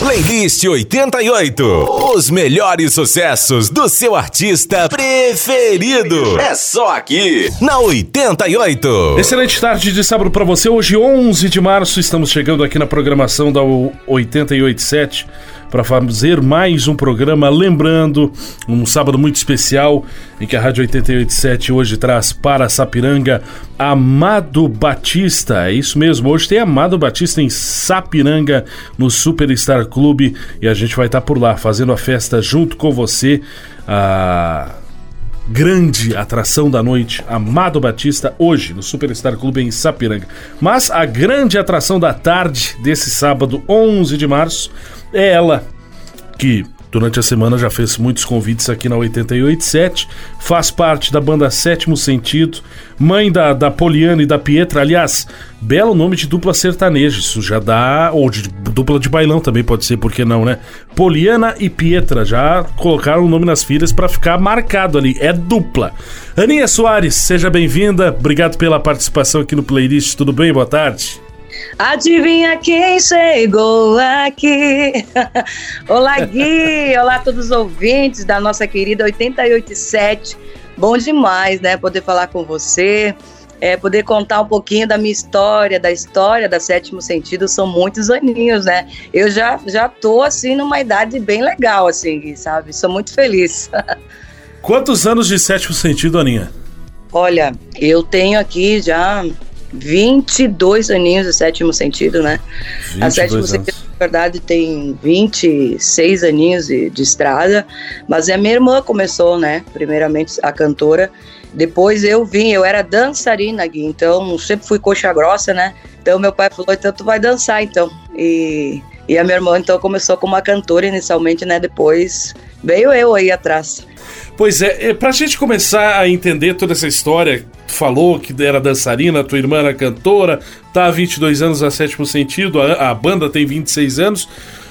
Playlist 88. Os melhores sucessos do seu artista preferido. É só aqui, na 88. Excelente tarde de sábado pra você. Hoje, 11 de março, estamos chegando aqui na programação da 887 para fazer mais um programa, lembrando, um sábado muito especial em que a Rádio 887 hoje traz para Sapiranga Amado Batista. É isso mesmo, hoje tem Amado Batista em Sapiranga, no Superstar Clube, e a gente vai estar por lá fazendo a festa junto com você. A grande atração da noite, Amado Batista, hoje no Superstar Clube em Sapiranga. Mas a grande atração da tarde desse sábado, 11 de março, é ela, que durante a semana já fez muitos convites aqui na 887, faz parte da banda Sétimo Sentido, mãe da Poliana e da Pietra. Aliás, belo nome de dupla sertaneja, isso já dá, ou de dupla de bailão também pode ser, por que não, né? Poliana e Pietra, já colocaram o nome nas filhas pra ficar marcado ali, é dupla. Aninha Soares, seja bem-vinda, obrigado pela participação aqui no Playlist, tudo bem? Boa tarde. Adivinha quem chegou aqui? Olá, Gui, olá a todos os ouvintes da nossa querida 887. Bom demais, né, poder falar com você, poder contar um pouquinho da minha história, da história da Sétimo Sentido. São muitos aninhos, né? Eu já tô, assim, numa idade bem legal, assim, Gui, sabe? Sou muito feliz. Quantos anos de Sétimo Sentido, Aninha? Olha, eu tenho aqui já 22 aninhos de Sétimo Sentido, né? A Sétimo Sentido, na verdade, tem 26 aninhos de estrada, mas a minha irmã começou, né? Primeiramente a cantora, depois eu era dançarina, Gui, então sempre fui coxa grossa, né? Então meu pai falou, então tu vai dançar, então. E a minha irmã, então, começou como uma cantora inicialmente, né? Depois veio eu aí atrás. Pois pra gente começar a entender toda essa história, tu falou que era dançarina, tua irmã era cantora, tá há 22 anos a Sétimo Sentido, a banda tem 26 anos.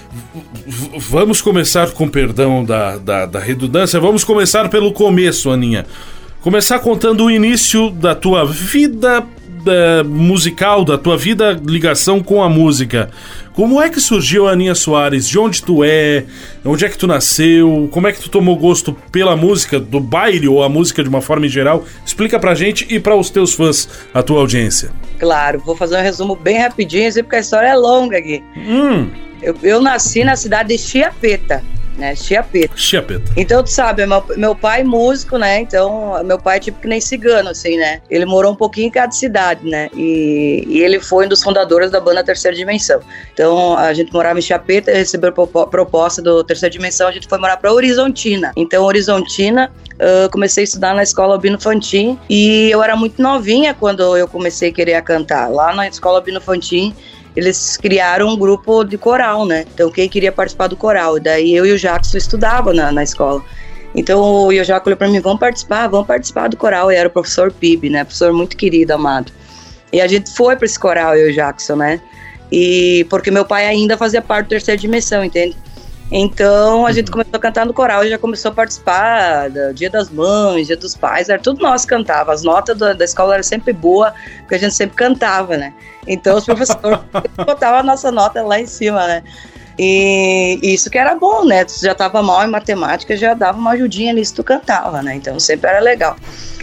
Vamos começar, com perdão da redundância, vamos começar pelo começo, Aninha. Começar contando o início da tua vida musical, da tua vida, ligação com a música. Como é que surgiu a Aninha Soares? De onde tu é? Onde é que tu nasceu? Como é que tu tomou gosto pela música, do baile ou a música de uma forma em geral? Explica pra gente e pra os teus fãs, a tua audiência. Claro, vou fazer um resumo bem rapidinho, assim, porque a história é longa aqui. Eu nasci na cidade de Chiapeta, né? Chiapeta. Então, tu sabe, meu pai músico, né? Então, meu pai é tipo que nem cigano, assim, né? Ele morou um pouquinho em cada cidade, né? E ele foi um dos fundadores da banda Terceira Dimensão. Então, a gente morava em Chiapeta, recebeu proposta do Terceira Dimensão, a gente foi morar pra Horizontina. Então, Horizontina, comecei a estudar na escola Albino Fantin, e eu era muito novinha quando eu comecei a querer cantar. Lá na escola Albino Fantin, eles criaram um grupo de coral, né? Então, quem queria participar do coral? E daí eu e o Jackson estudava na escola. Então, o Jackson olhou pra mim, vamos participar do coral. E era o professor Pibe, né? Professor muito querido, amado. E a gente foi pra esse coral, eu e o Jackson, né? E porque meu pai ainda fazia parte do Terceira Dimensão, entende? Então, a gente começou a cantar no coral e já começou a participar do Dia das Mães, Dia dos Pais, era tudo nós cantava. As notas da escola eram sempre boas, porque a gente sempre cantava, né? Então, os professores botavam a nossa nota lá em cima, né? E isso que era bom, né? Tu já estava mal em matemática, já dava uma ajudinha ali se tu cantava, né? Então, sempre era legal.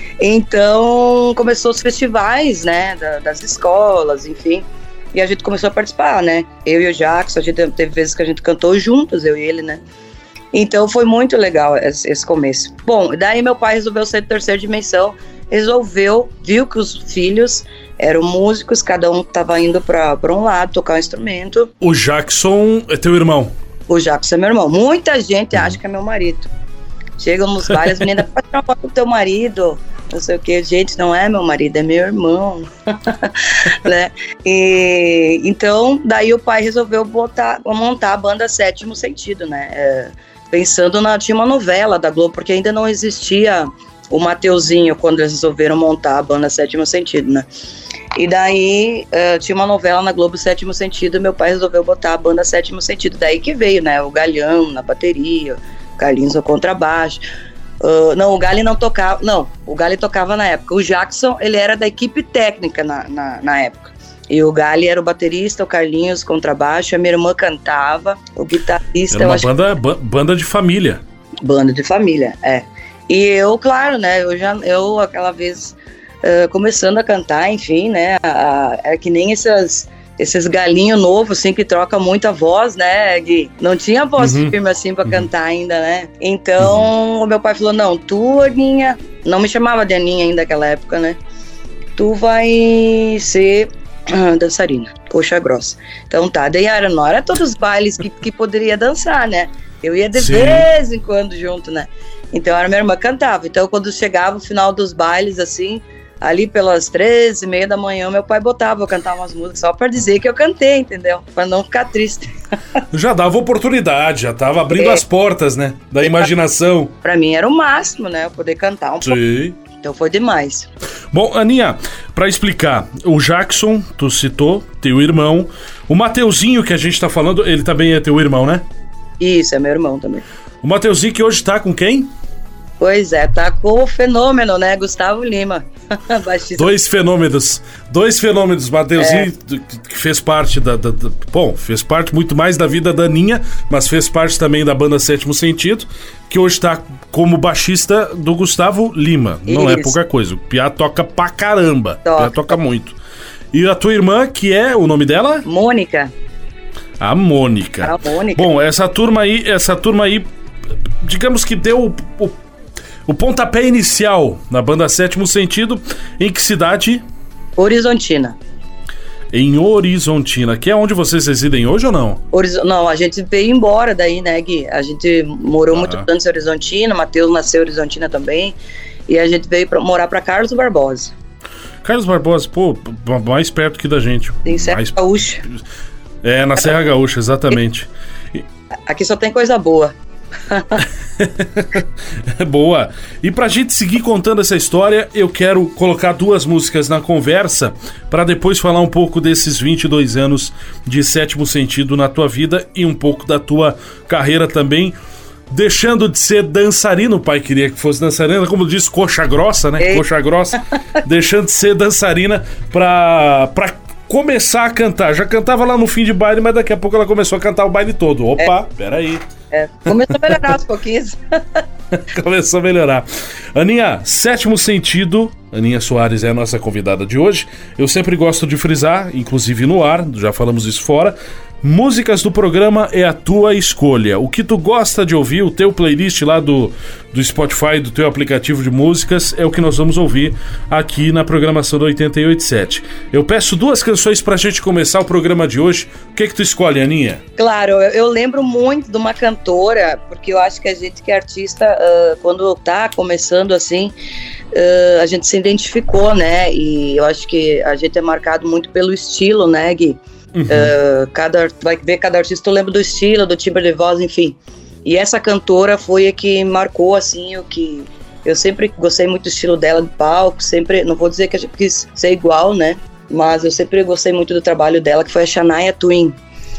Então, começou os festivais, né? Das escolas, enfim. E a gente começou a participar, né? Eu e o Jackson, a gente teve vezes que a gente cantou juntos, eu e ele, né? Então foi muito legal esse começo. Bom, daí meu pai resolveu ser de Terceira Dimensão, viu que os filhos eram músicos, cada um estava indo para um lado, tocar um instrumento. O Jackson é teu irmão? O Jackson é meu irmão. Muita gente acha que é meu marido. Chegam nos bailes, as meninas, pode tirar uma foto do teu marido? Não sei o que, gente, não é meu marido, é meu irmão. Né? E então, daí o pai resolveu montar a banda Sétimo Sentido, né? Pensando tinha uma novela da Globo, porque ainda não existia o Mateuzinho quando eles resolveram montar a banda Sétimo Sentido, né? E daí tinha uma novela na Globo, Sétimo Sentido, e meu pai resolveu botar a banda Sétimo Sentido. Daí que veio, né? O Galhão na bateria, o Carlinhos no contrabaixo. Não, o Gali não tocava. Não, o Gali tocava na época. O Jackson, ele era da equipe técnica na época. E o Gali era o baterista, o Carlinhos contrabaixo, a minha irmã cantava, o guitarrista... Era uma banda de família. Banda de família, é. E eu, claro, né, eu aquela vez começando a cantar, enfim, né, é que nem esses galinhos novos, assim, que troca muita voz, né, Gui? Não tinha voz firme, assim, pra cantar ainda, né? Então, o meu pai falou, não, tu, Aninha, não me chamava de Aninha ainda naquela época, né? Tu vai ser dançarina, coxa grossa. Então tá, daí não era todos os bailes que poderia dançar, né? Eu ia de vez em quando junto, né? Então a minha irmã cantava. Então quando chegava o final dos bailes, assim, ali pelas 13h30 da manhã, meu pai botava eu cantar umas músicas só pra dizer que eu cantei, entendeu? Pra não ficar triste. Já dava oportunidade, já tava abrindo as portas, né? Da imaginação. Pra mim era o máximo, né? Eu poder cantar um pouco. Então foi demais. Bom, Aninha, pra explicar, o Jackson, tu citou, teu irmão. O Mateuzinho, que a gente tá falando, ele também é teu irmão, né? Isso, é meu irmão também. O Mateuzinho que hoje tá com quem? Pois é, tá com o fenômeno, né? Gustavo Lima. Dois fenômenos, Mateuzinho, que fez parte bom, fez parte muito mais da vida da Aninha, mas fez parte também da banda Sétimo Sentido, que hoje tá como baixista do Gustavo Lima. Não é pouca coisa, o Piá toca pra caramba, o Piá toca muito. E a tua irmã, que é o nome dela? Mônica. A Mônica. Bom, essa turma aí, digamos que deu o pontapé inicial na banda Sétimo Sentido. Em que cidade? Horizontina. Em Horizontina, que é onde vocês residem hoje ou não? Não, a gente veio embora daí, né, Gui? A gente morou muito anos em Horizontina, Matheus nasceu em Horizontina também, e a gente veio morar pra Carlos Barbosa. Carlos Barbosa, pô, mais perto que da gente. Tem Serra Gaúcha. É, na Serra Gaúcha, exatamente. Aqui só tem coisa boa. Boa. E pra gente seguir contando essa história, eu quero colocar duas músicas na conversa pra depois falar um pouco desses 22 anos de Sétimo Sentido na tua vida e um pouco da tua carreira também. Deixando de ser dançarino, o pai queria que fosse dançarina, como diz, coxa grossa, né? Coxa grossa. Deixando de ser dançarina pra começar a cantar. Já cantava lá no fim de baile, mas daqui a pouco ela começou a cantar o baile todo. Opa, peraí. Começou a melhorar aos pouquinhos. Começou a melhorar. Aninha, Sétimo Sentido, Aninha Soares é a nossa convidada de hoje. Eu sempre gosto de frisar, inclusive no ar, já falamos isso fora, músicas do programa é a tua escolha. O que tu gosta de ouvir, o teu playlist lá do Spotify, do teu aplicativo de músicas, é o que nós vamos ouvir aqui na programação do 88.7. Eu peço duas canções pra gente começar o programa de hoje. O que tu escolhe, Aninha? Claro, eu lembro muito de uma cantora, porque eu acho que a gente que é artista, quando tá começando assim, a gente se identificou, né? E eu acho que a gente é marcado muito pelo estilo, né, Gui? Vai ver cada artista, eu lembro do estilo, do timbre de voz, enfim. E essa cantora foi a que marcou, assim, o que eu sempre gostei muito do estilo dela de palco, sempre, não vou dizer que a gente quis ser igual, né? Mas eu sempre gostei muito do trabalho dela, que foi a Shania Twain.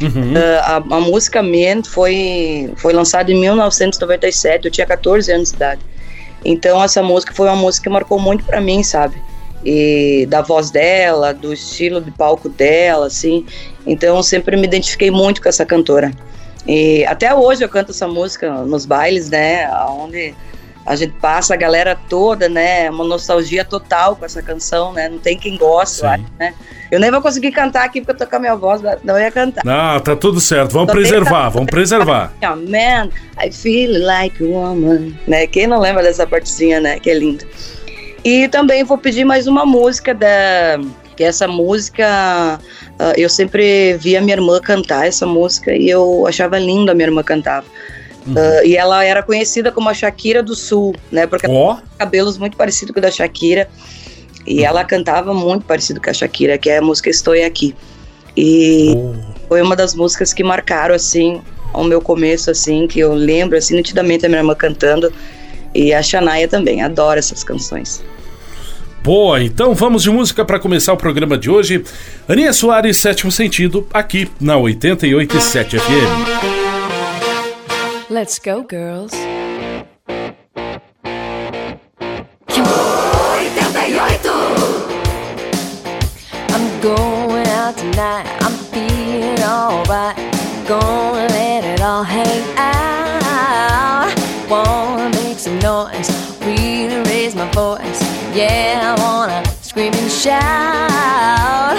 A música Man foi lançada em 1997, eu tinha 14 anos de idade. Então essa música foi uma música que marcou muito pra mim, sabe? E da voz dela, do estilo de palco dela, assim. Então eu sempre me identifiquei muito com essa cantora. E até hoje eu canto essa música nos bailes, né? Onde a gente passa a galera toda, né? Uma nostalgia total com essa canção, né? Não tem quem goste, né? Eu nem vou conseguir cantar aqui porque eu tô com a minha voz, não ia cantar. Não, tá tudo certo, vamos preservar. Man, I feel like a woman, né? Quem não lembra dessa partezinha, né? Que é linda. E também vou pedir mais uma música, que essa música, eu sempre via minha irmã cantar essa música e eu achava linda a minha irmã cantava. E ela era conhecida como a Shakira do Sul, né? Porque ela tinha cabelos muito parecidos com o da Shakira. E ela cantava muito parecido com a Shakira, que é a música Estou Aqui. E foi uma das músicas que marcaram, assim, o meu começo, assim, que eu lembro, assim, nitidamente a minha irmã cantando. E a Shania também, adoro essas canções. Boa, então vamos de música para começar o programa de hoje. Aninha Soares, Sétimo Sentido, aqui na 88.7 FM. Let's go, girls. 88. I'm going out could all hang out. Wanna make some noise, really raise my voice. Yeah, I wanna scream and shout.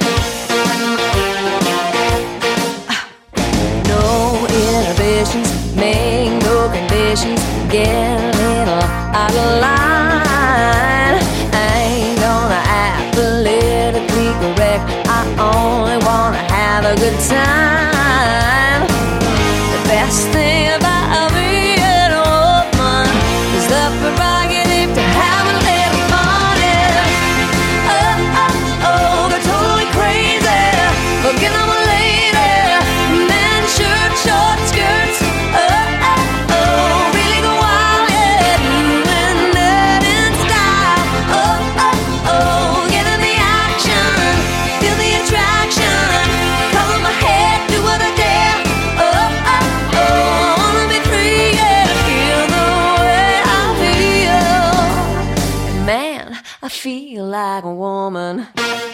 No inhibitions, make no conditions. Get a little out of line. I ain't gonna act politically correct. I only wanna have a good time. The best thing about being a woman is the prerogative to have a little fun. Oh, oh, oh, go totally crazy. Forget I'm a lady. Men, shirt, short skirts. Oh, oh, oh, really go wild, yeah. Doing that in style. Oh, oh, oh, get in the action. Feel the attraction. Color my head, do what I dare. Oh, oh, oh, I wanna be free, yeah. Feel the way I feel. And man, I feel like a woman.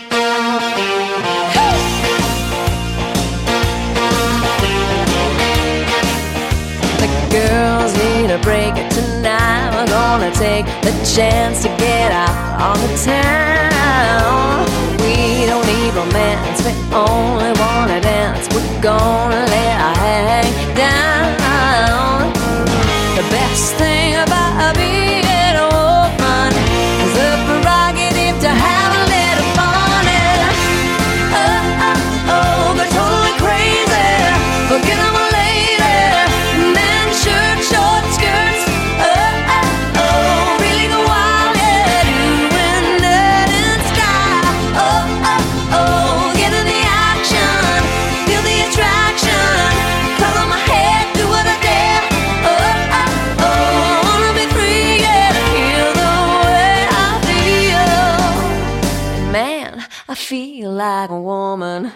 The girls need a break tonight. We're gonna take the chance to get out on the town. We don't need romance, we only wanna dance. We're gonna let our hang down. The best thing about being a woman is the prerogative to have a little fun. Oh, oh, oh, go totally crazy. Forget I'm a lady. Men, shirt, short skirts. Oh, oh, oh, really go wild, yeah. Doing that in style. Oh, oh, oh, get in the action. Feel the attraction. Color my head, do what I dare. Oh, oh, oh, I wanna be free, yeah. Feel the way I feel. Man, I feel like a woman.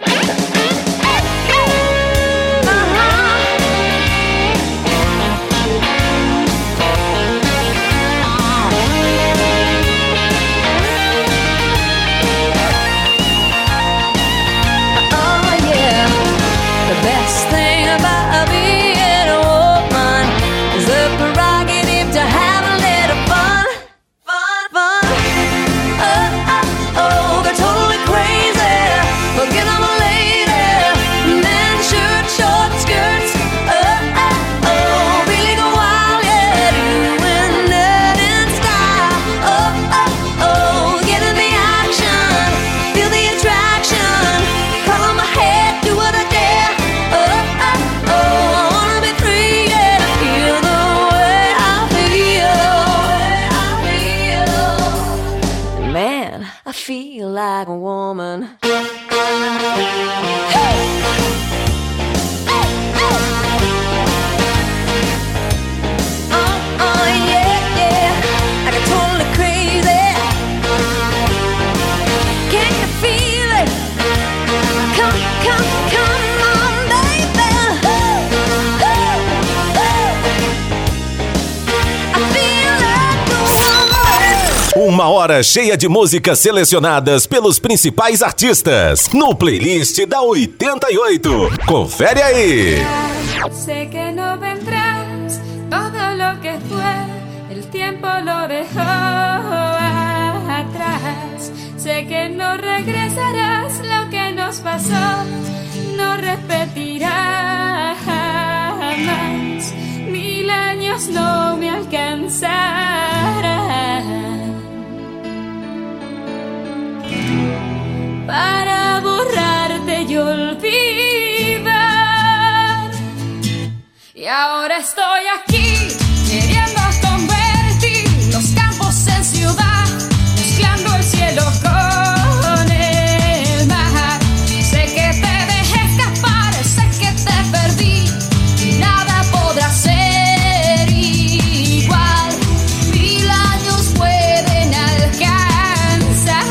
Oh yeah, the best thing about being a woman is the prerogative to have a little fun, fun, fun. Oh, oh, oh, they're totally crazy. Forget I'm a lady. Men, shirt, short skirts. Oh, oh, oh, really go wild, yeah. Doing that in style. Oh, oh, oh, get in the action. Feel the attraction. Color my head, do what I dare. Oh, oh, oh, I wanna be free, yeah. Feel the way I feel. Man, I feel like a woman. Oh, yeah, yeah. I got totally crazy. Can you feel it? Come, come, come on, baby. I feel like a woman. Uma hora cheia de músicas selecionadas pelos principais artistas no playlist da 88. Confere aí. Sé que no vendrás, todo lo que fue, el tiempo lo dejó atrás. Sé que no regresarás, lo que nos pasó no repetirá jamás. 1000 años no me alcanzarán para borrarte y olvidar. Y ahora estoy aquí, queriendo convertir los campos en ciudad, mezclando el cielo con el mar. Sé que te dejé escapar, sé que te perdí, y nada podrá ser igual. 1000 años pueden alcanzar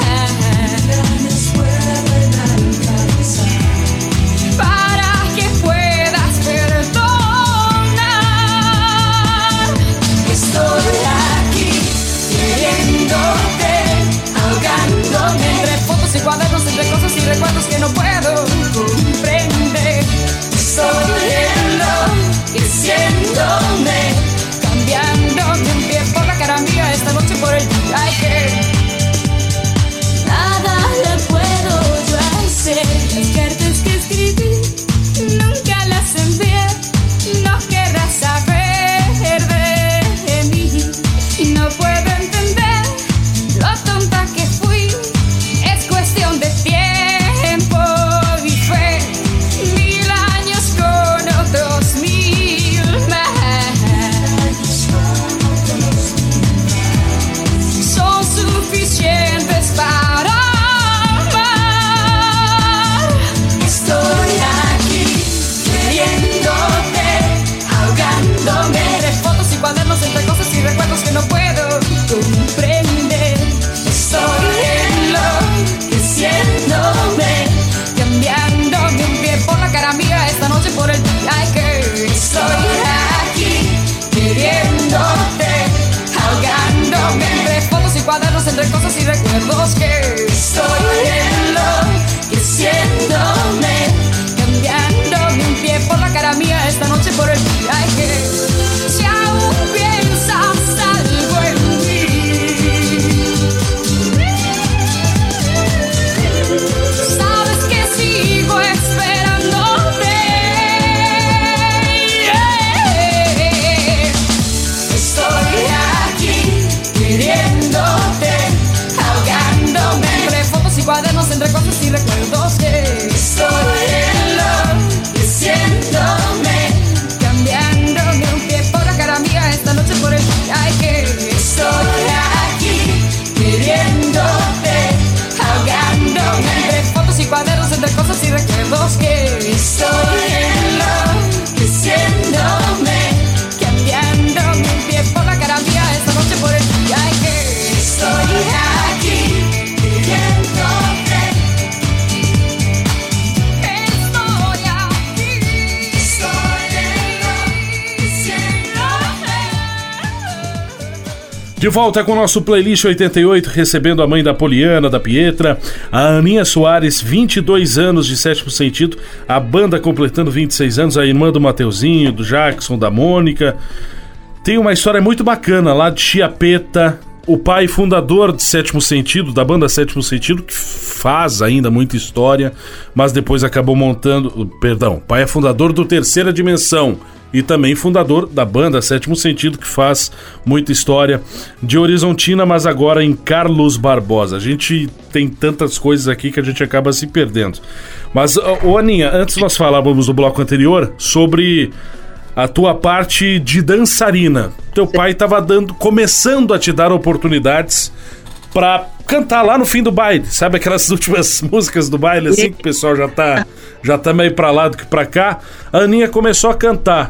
para que puedas perdonar. De volta com o nosso Playlist 88, recebendo a mãe da Poliana, da Pietra, a Aninha Soares, 22 anos de Sétimo Sentido, a banda completando 26 anos, a irmã do Mateuzinho, do Jackson, da Mônica. Tem uma história muito bacana lá de Chiapeta, o pai fundador de Sétimo Sentido, da banda Sétimo Sentido, que faz ainda muita história, mas depois acabou montando... Perdão, pai é fundador do Terceira Dimensão e também fundador da banda Sétimo Sentido, que faz muita história, de Horizontina, mas agora em Carlos Barbosa. A gente tem tantas coisas aqui que a gente acaba se perdendo. Mas, Aninha, antes nós falávamos no bloco anterior sobre a tua parte de dançarina. Teu pai estava começando a te dar oportunidades pra cantar lá no fim do baile, sabe aquelas últimas músicas do baile, assim, que o pessoal já tá meio pra lá do que pra cá. A Aninha começou a cantar.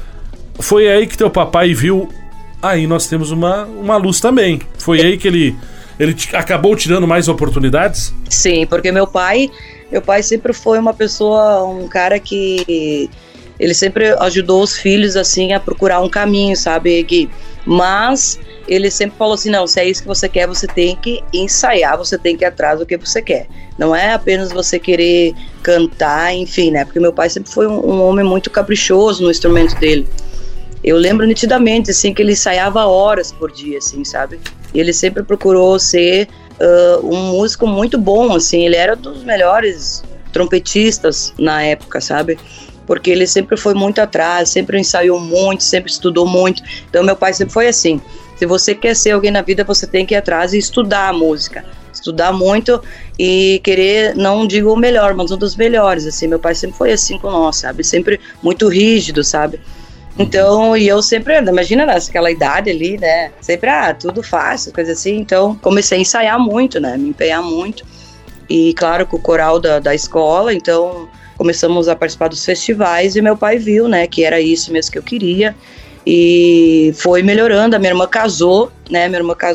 Foi aí que teu papai viu, aí nós temos uma luz também. Foi aí que ele acabou te dando mais oportunidades? Sim, porque meu pai sempre foi uma pessoa, um cara que... Ele sempre ajudou os filhos, assim, a procurar um caminho, sabe, Gui? Mas ele sempre falou assim, não, se é isso que você quer, você tem que ensaiar, você tem que ir atrás do que você quer. Não é apenas você querer cantar, enfim, né? Porque meu pai sempre foi um homem muito caprichoso no instrumento dele. Eu lembro nitidamente, assim, que ele ensaiava horas por dia, assim, sabe? E ele sempre procurou ser um músico muito bom, assim. Ele era um dos melhores trompetistas na época, sabe? Porque ele sempre foi muito atrás, sempre ensaiou muito, sempre estudou muito. Então meu pai sempre foi assim, se você quer ser alguém na vida, você tem que ir atrás e estudar a música, estudar muito e querer, não digo o melhor, mas um dos melhores, assim. Meu pai sempre foi assim com nós, sabe, sempre muito rígido, sabe. Então, e eu sempre, imagina naquela idade ali, né, sempre, tudo fácil, coisa assim. Então comecei a ensaiar muito, né, me empenhar muito. E claro, com o coral da escola, então... Começamos a participar dos festivais e meu pai viu, né, que era isso mesmo que eu queria e foi melhorando. A minha irmã casou, né,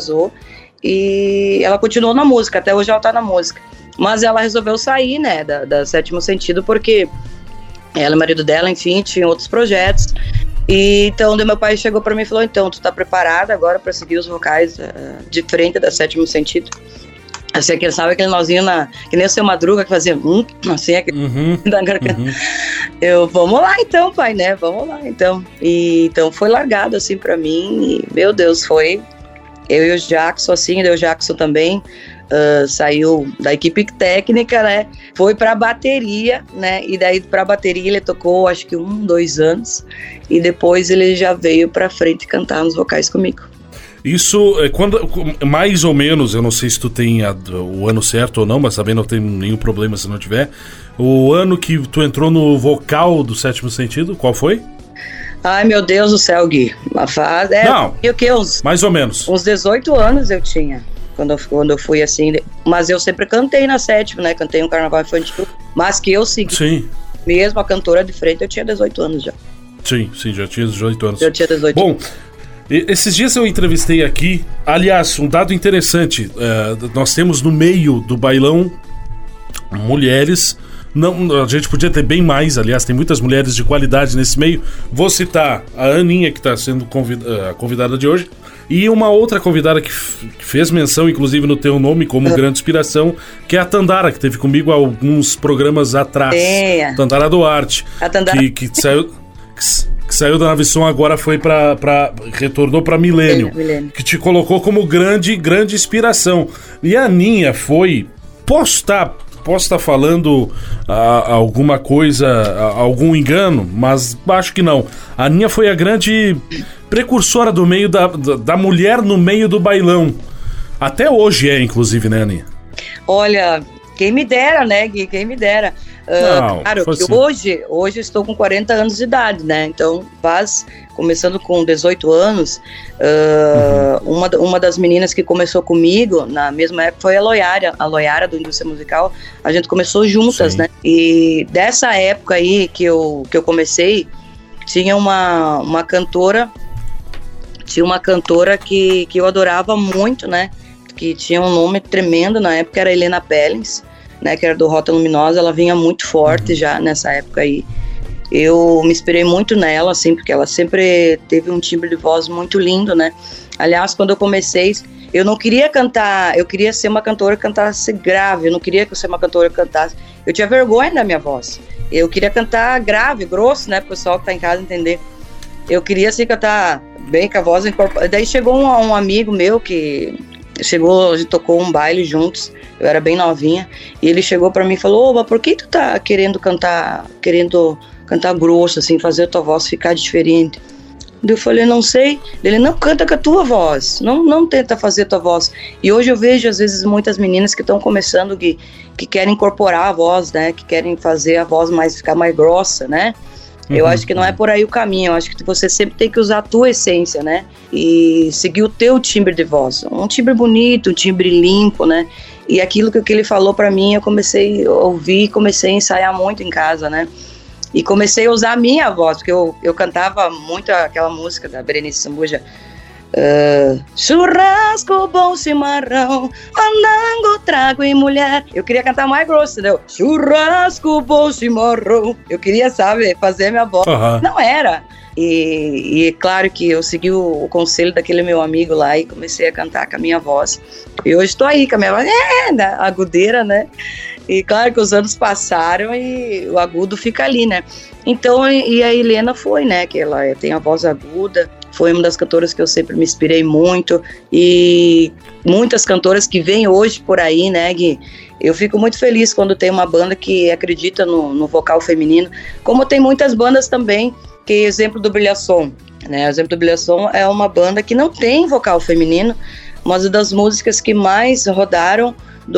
e ela continuou na música, até hoje ela tá na música. Mas ela resolveu sair, né, da Sétimo Sentido porque ela e o marido dela, enfim, tinham outros projetos. E então meu pai chegou pra mim e falou, então, tu tá preparada agora pra seguir os vocais de frente da Sétimo Sentido? Assim, sabe aquele nozinho que nem o Seu Madruga que fazia assim, aquele da garganta. Eu, vamos lá então, pai, né? Vamos lá então. E então foi largado assim pra mim e, meu Deus, foi eu e o Jackson, assim, o Jackson também saiu da equipe técnica, né? Foi pra bateria, né? E daí pra bateria ele tocou acho que 2 anos e depois ele já veio pra frente cantar nos vocais comigo. Isso, quando mais ou menos, eu não sei se tu tem o ano certo ou não, mas também não tem nenhum problema se não tiver. O ano que tu entrou no vocal do Sétimo Sentido, qual foi? Ai, meu Deus do céu, Gui. Uma fase... Não, e o que, mais ou menos. Uns 18 anos eu tinha, quando eu fui assim. Mas eu sempre cantei na Sétima, né? Cantei um carnaval infantil. Mas que eu segui. Sim. Mesmo a cantora de frente, eu tinha 18 anos já. Sim, já tinha 18 anos. Eu tinha 18 anos. Bom... Esses dias eu entrevistei aqui, aliás, um dado interessante, nós temos no meio do bailão mulheres, não, a gente podia ter bem mais, aliás, tem muitas mulheres de qualidade nesse meio. Vou citar a Aninha, que está sendo a convidada de hoje, e uma outra convidada que fez menção, inclusive, no teu nome como grande inspiração, que é a Tandara, que teve comigo há alguns programas atrás. Tandara Duarte, a Tandara... que saiu da Navisson, agora foi retornou pra Milênio, que te colocou como grande inspiração. E a Aninha foi, posso estar falando alguma coisa, algum engano, mas acho que não. A Aninha foi a grande precursora do meio da mulher no meio do bailão. Até hoje inclusive, né, Aninha? Olha, quem me dera, né, Gui? Quem me dera. Claro que assim. Hoje estou com 40 anos de idade, né? Então, começando com 18 anos, uma das meninas que começou comigo na mesma época foi a Loiara do Indústria Musical. A gente começou juntas, né? E dessa época aí que eu comecei, tinha uma cantora, que eu adorava muito, né? Que tinha um nome tremendo na época, era Helena Pellens, né, que era do Rota Luminosa. Ela vinha muito forte já nessa época aí. eu me inspirei muito nela, assim, porque ela sempre teve um timbre de voz muito lindo, né? Aliás, quando eu comecei, eu não queria cantar, eu queria ser uma cantora que cantasse grave, eu não queria que eu fosse uma cantora que cantasse, eu tinha vergonha da minha voz, eu queria cantar grave, grosso, né, pro pessoal que tá em casa entender. Eu queria, assim, cantar bem com a voz incorporada. Daí chegou um amigo meu que chegou, a gente tocou um baile juntos, eu era bem novinha, e ele chegou pra mim e falou, mas por que tu tá querendo cantar grosso, assim, fazer a tua voz ficar diferente? Eu falei, não sei. Ele, não, canta com a tua voz, não tenta fazer a tua voz. E hoje eu vejo, às vezes, muitas meninas que estão começando, que querem incorporar a voz, né, que querem fazer a voz ficar mais grossa, né? Eu acho que não é por aí o caminho, eu acho que você sempre tem que usar a tua essência, né? E seguir o teu timbre de voz. Um timbre bonito, um timbre limpo, né? E aquilo que ele falou pra mim, eu comecei a ouvir, comecei a ensaiar muito em casa, né? E comecei a usar a minha voz, porque eu cantava muito aquela música da Berenice Sambuja, churrasco, bom chimarrão, andango, trago e mulher. Eu queria cantar mais grosso, entendeu? Churrasco, bom chimarrão. Eu queria, sabe, fazer minha voz. Não era. E claro que eu segui o conselho daquele meu amigo lá e comecei a cantar com a minha voz. E hoje estou aí com a minha voz, agudeira, né? E claro que os anos passaram e o agudo fica ali, né? Então, e a Helena foi, né? Que ela tem a voz aguda. Foi uma das cantoras que eu sempre me inspirei muito, e muitas cantoras que vêm hoje por aí, né, Gui? Eu fico muito feliz quando tem uma banda que acredita no vocal feminino, como tem muitas bandas também, que é exemplo do Brilhação, né? O exemplo do Brilhação é uma banda que não tem vocal feminino, mas uma das músicas que mais rodaram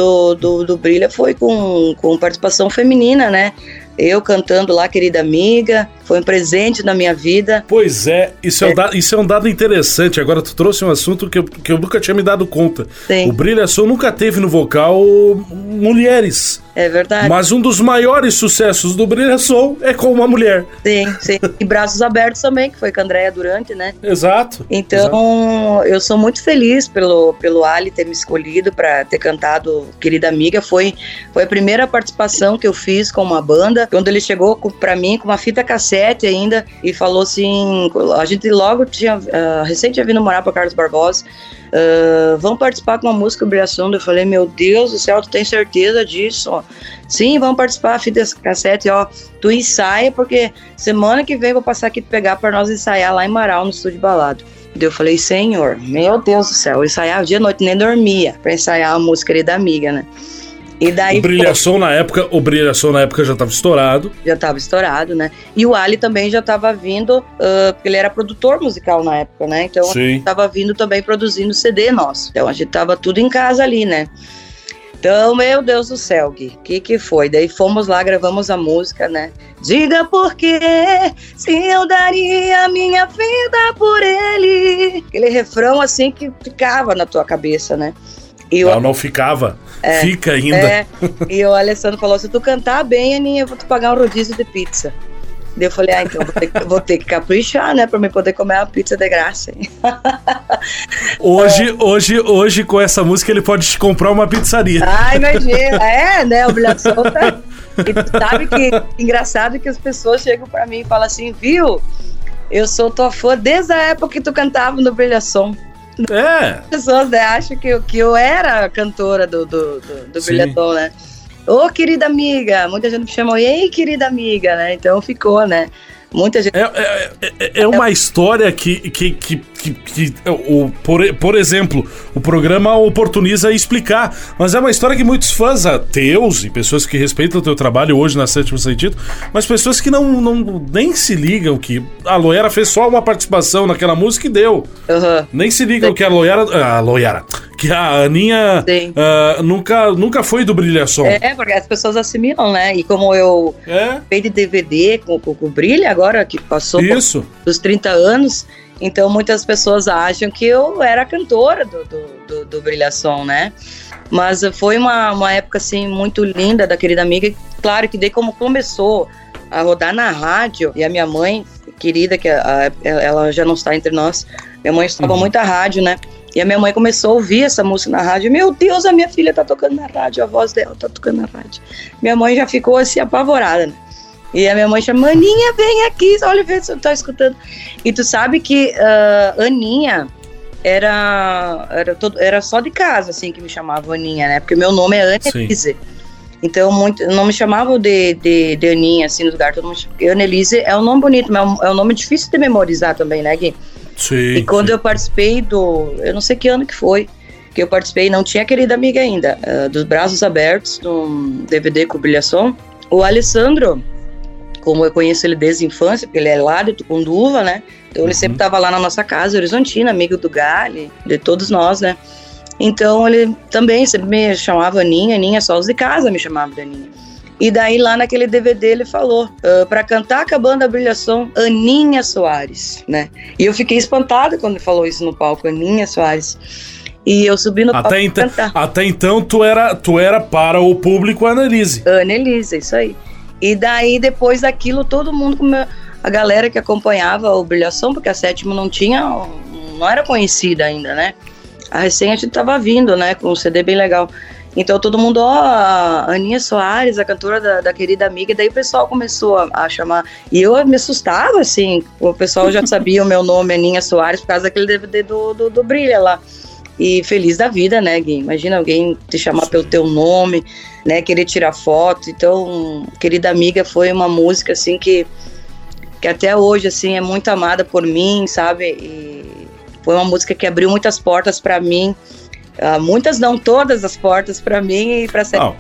do Brilha foi com participação feminina, né? Eu cantando lá, Querida Amiga, foi um presente na minha vida. Pois é, isso é um dado interessante. Agora tu trouxe um assunto que eu nunca tinha me dado conta. Sim. O Brilhação nunca teve no vocal mulheres. É verdade. Mas um dos maiores sucessos do Brilhação é com uma mulher. Sim. E Braços Abertos também, que foi com a Andréia Durante, né? Exato. Então, eu sou muito feliz pelo Ali ter me escolhido para ter cantado Querida Amiga. Foi a primeira participação que eu fiz com uma banda, quando ele chegou pra mim com uma fita cassete ainda e falou assim, a gente logo tinha, recente tinha vindo morar pra Carlos Barbosa, vamos participar com uma música Brilhação. Eu falei, meu Deus do céu, tu tem certeza disso? Sim, vamos participar, fita cassete, ó, tu ensaia, porque semana que vem eu vou passar aqui te pegar pra nós ensaiar lá em Marau, no estúdio Balado. Eu falei, Senhor, meu Deus do céu, eu ensaiava dia e noite, nem dormia pra ensaiar a música Querida Amiga, né? E daí, o Brilhação na época já estava estourado. Já estava estourado, né? E o Ali também já estava vindo, porque ele era produtor musical na época, né? Então, estava vindo também produzindo CD nosso. Então, a gente tava tudo em casa ali, né? Então, meu Deus do céu, Gui, que foi? Daí fomos lá, gravamos a música, né? Diga por quê, se eu daria a minha vida por ele. Aquele refrão, assim, que ficava na tua cabeça, né? Não ficava. Fica ainda. E o Alessandro falou, se tu cantar bem, Aninha, eu vou te pagar um rodízio de pizza. Daí eu falei, então vou ter que caprichar, né, pra me poder comer uma pizza de graça. Hoje, com essa música, ele pode te comprar uma pizzaria. Imagina. Né, o Brilhação tá... E tu sabe que engraçado que as pessoas chegam pra mim e falam assim, viu, eu sou tua fã desde a época que tu cantava no Brilhação. As pessoas, né, acham que eu era cantora do Brilhação, né? Ô, querida amiga, muita gente me chamou, ei, querida amiga, né? Então ficou, né? Muita gente... É uma história que por exemplo, o programa oportuniza explicar, mas é uma história que muitos fãs teus e pessoas que respeitam o teu trabalho hoje na Sétimo Sentido, mas pessoas que não nem se ligam que a Loiara fez só uma participação naquela música e deu. Nem se ligam que que a Aninha nunca foi do Brilhação. Porque as pessoas assimilam, né? E como eu veio de DVD com o Brilha agora, que passou dos 30 anos, então muitas pessoas acham que eu era cantora do Brilhação, né? Mas foi uma época, assim, muito linda da Querida Amiga. Claro que daí como começou a rodar na rádio, e a minha mãe, querida, que ela já não está entre nós, minha mãe estava muito à rádio, né? E a minha mãe começou a ouvir essa música na rádio. Meu Deus, a minha filha tá tocando na rádio, a voz dela tá tocando na rádio. Minha mãe já ficou assim, apavorada, né? E a minha mãe chama, Aninha, vem aqui, olha, vê se eu tô escutando. E tu sabe que Aninha era só de casa, assim, que me chamava Aninha, né? Porque meu nome é Annelise. Então, não me chamavam de Aninha, assim, no lugar. Todo mundo chama, Annelise é um nome bonito, mas é um nome difícil de memorizar também, né, Gui? Sim. E quando eu participei eu não sei que ano que foi, que eu participei, não tinha Querida Amiga ainda, dos Braços Abertos, num DVD com Brilhação. O Alessandro, como eu conheço ele desde a infância, porque ele é lá de Tucunduva, né? Então ele sempre estava lá na nossa casa, Horizontina, amigo do Gali, de todos nós, né? Então ele também sempre me chamava Aninha, só os de casa me chamavam de Aninha. E daí lá naquele DVD ele falou, pra cantar com a banda Brilhação, Aninha Soares, né? E eu fiquei espantada quando ele falou isso no palco, Aninha Soares. E eu subi no palco pra cantar. Até então tu era para o público Annelise. Annelise, isso aí. E daí depois daquilo todo mundo, a galera que acompanhava o Brilhação, porque a Sétimo não era conhecida ainda, né? A recém a gente tava vindo, né, com um CD bem legal. Então todo mundo, a Aninha Soares, a cantora da Querida Amiga, e daí o pessoal começou a chamar. E eu me assustava, assim, o pessoal já sabia o meu nome, Aninha Soares, por causa daquele DVD do Brilha lá. E feliz da vida, né, Gui? Imagina alguém te chamar pelo teu nome, né, querer tirar foto. Então, Querida Amiga foi uma música, assim, que até hoje, assim, é muito amada por mim, sabe? E foi uma música que abriu muitas portas pra mim. Muitas, não todas as portas pra mim e pra Sétimo.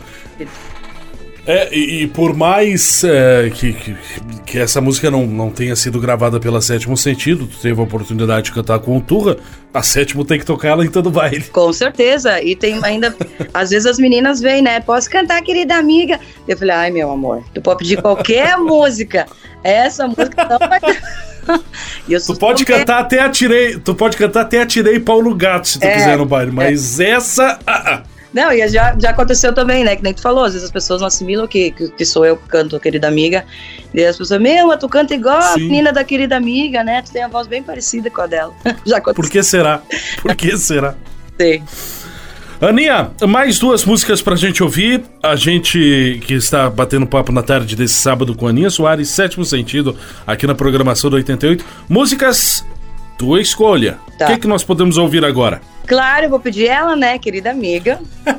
E por mais que essa música não tenha sido gravada pela Sétimo Sentido, tu teve a oportunidade de cantar com o Turra, a Sétimo tem que tocar ela em todo baile. Com certeza, e tem ainda, às vezes as meninas vêm, né, posso cantar Querida Amiga? Eu falei, ai meu amor, tu pode pedir qualquer música, essa música não vai... Tu pode cantar até Atirei Paulo Gato, se tu quiser no baile, mas essa... Não, e já aconteceu também, né? Que nem tu falou, às vezes as pessoas não assimilam que sou eu que canto Querida Amiga. E as pessoas, mas tu canta igual a menina da Querida Amiga, né? Tu tem a voz bem parecida com a dela. Já aconteceu. Por que será? Por que será? Sim. Aninha, mais duas músicas pra gente ouvir. A gente que está batendo papo na tarde desse sábado com Aninha Soares, Sétimo Sentido, aqui na programação do 88. Músicas, tua escolha. O que nós podemos ouvir agora? Claro, eu vou pedir ela, né, Querida Amiga.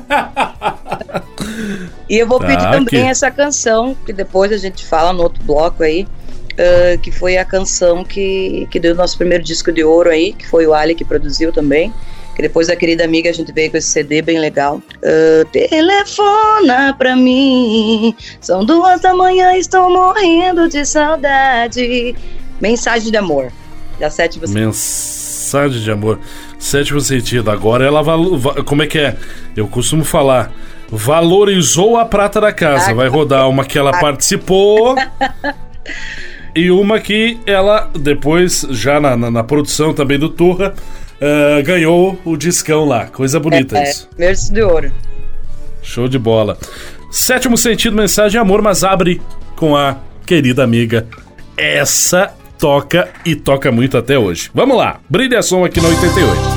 E eu vou pedir também essa canção, que depois a gente fala no outro bloco aí, que foi a canção que deu o nosso primeiro disco de ouro aí, que foi o Ali que produziu também. Que depois da Querida Amiga a gente veio com esse CD bem legal. Telefona pra mim, são 2 da manhã, estou morrendo de saudade. Mensagem de amor, da Sétimo Sentido. Mensagem de amor, Sétimo Sentido. Agora ela, como é que é? Eu costumo falar, valorizou a prata da casa. Vai rodar uma que ela participou e uma que ela depois, já na produção também do Turra, ganhou o discão lá. Coisa bonita isso. Merce de ouro. Show de bola. Sétimo Sentido, Mensagem de Amor, mas abre com a Querida Amiga. Essa toca e toca muito até hoje. Vamos lá, Brilha Som aqui no 88.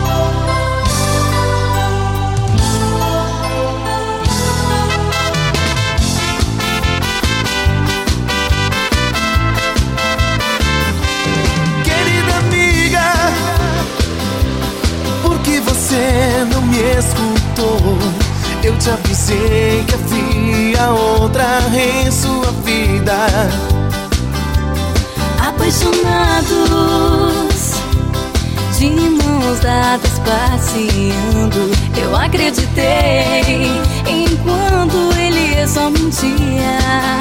Eu te avisei que havia outra em sua vida. Apaixonados, de mãos dadas passeando, eu acreditei enquanto ele só mentia.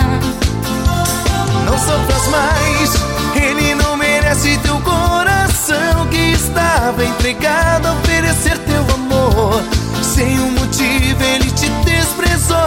Não sofras mais, ele não merece teu coração que estava entregado a oferecer teu amor. Sem um motivo ele te desprezou.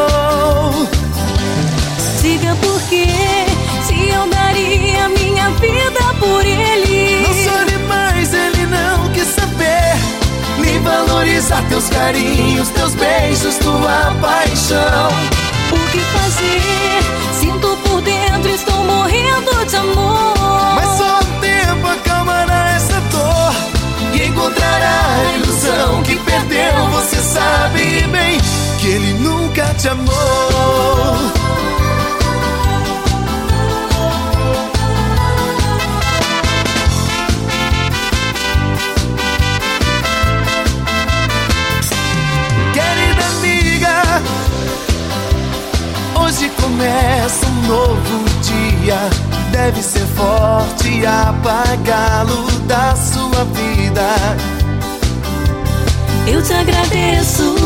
Diga por quê, se eu daria minha vida por ele. Não chore mais, ele não quis saber nem valorizar teus carinhos, teus beijos, tua paixão. O que fazer? Sinto por dentro, estou morrendo de amor. Mas só o tempo acalmará essa dor e encontrará a ilusão que perdeu. Você sabe bem que ele nunca te amou. pode apagá-lo da sua vida. Eu te agradeço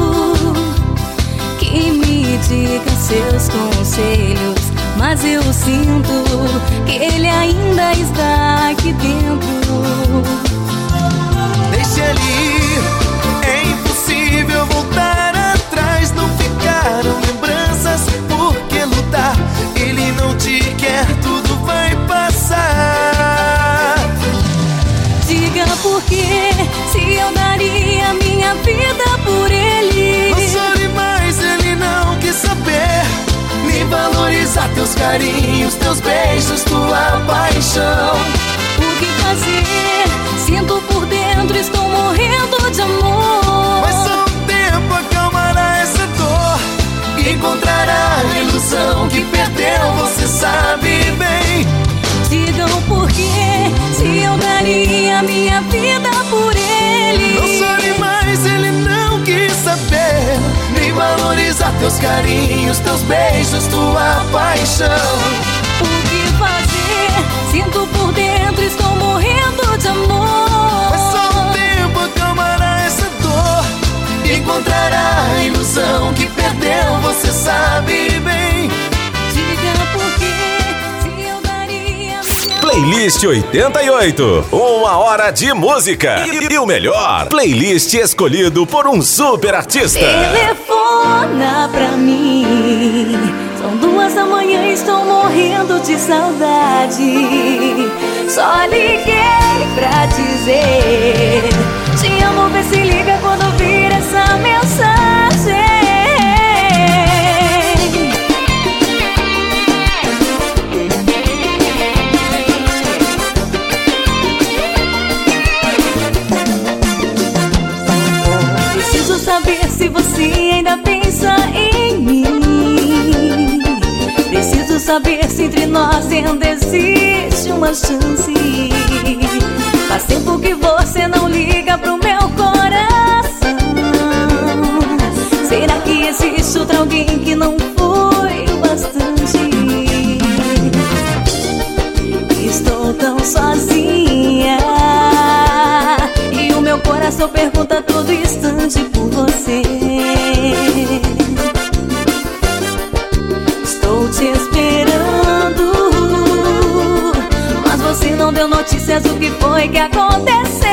que me diga seus conselhos, mas eu sinto que ele ainda está aqui dentro. Deixa ele ir, é impossível voltar atrás. Não ficaram lembranças por que lutar. Ele não te quer, tudo vai passar. Diga por que, se eu daria minha vida por ele. Não chore mais, ele não quis saber. Me valorizar, teus carinhos, teus beijos, tua paixão. O que fazer? Sinto por dentro, estou morrendo de amor. Mas só o tempo acalmará essa dor e encontrará a ilusão que perdeu, você sabe bem. Digam por quê, se eu daria minha vida por ele. Não chore mais, ele não quis saber. Nem valorizar teus carinhos, teus beijos, tua paixão. O que fazer? Sinto por dentro, estou morrendo de amor. Mas só o tempo acalmará essa dor e encontrará a ilusão que perdeu, você sabe bem. Diga por quê, se eu daria Playlist 88, 1 hora de música e o melhor, playlist escolhido por um super artista. Telefona pra mim, são 2 da manhã, estou morrendo de saudade. Só liguei pra dizer te amo, vê se liga quando ouvir essa mensagem. Preciso saber se você ainda pensa em mim. Preciso saber se entre nós ainda existe uma chance. Faz tempo que você não liga pro meu coração. Será que existe outro alguém que não foi o bastante? Estou tão sozinha e o meu coração pergunta a todo instante por você. Estou te esperando, mas você não deu notícias do que foi que aconteceu.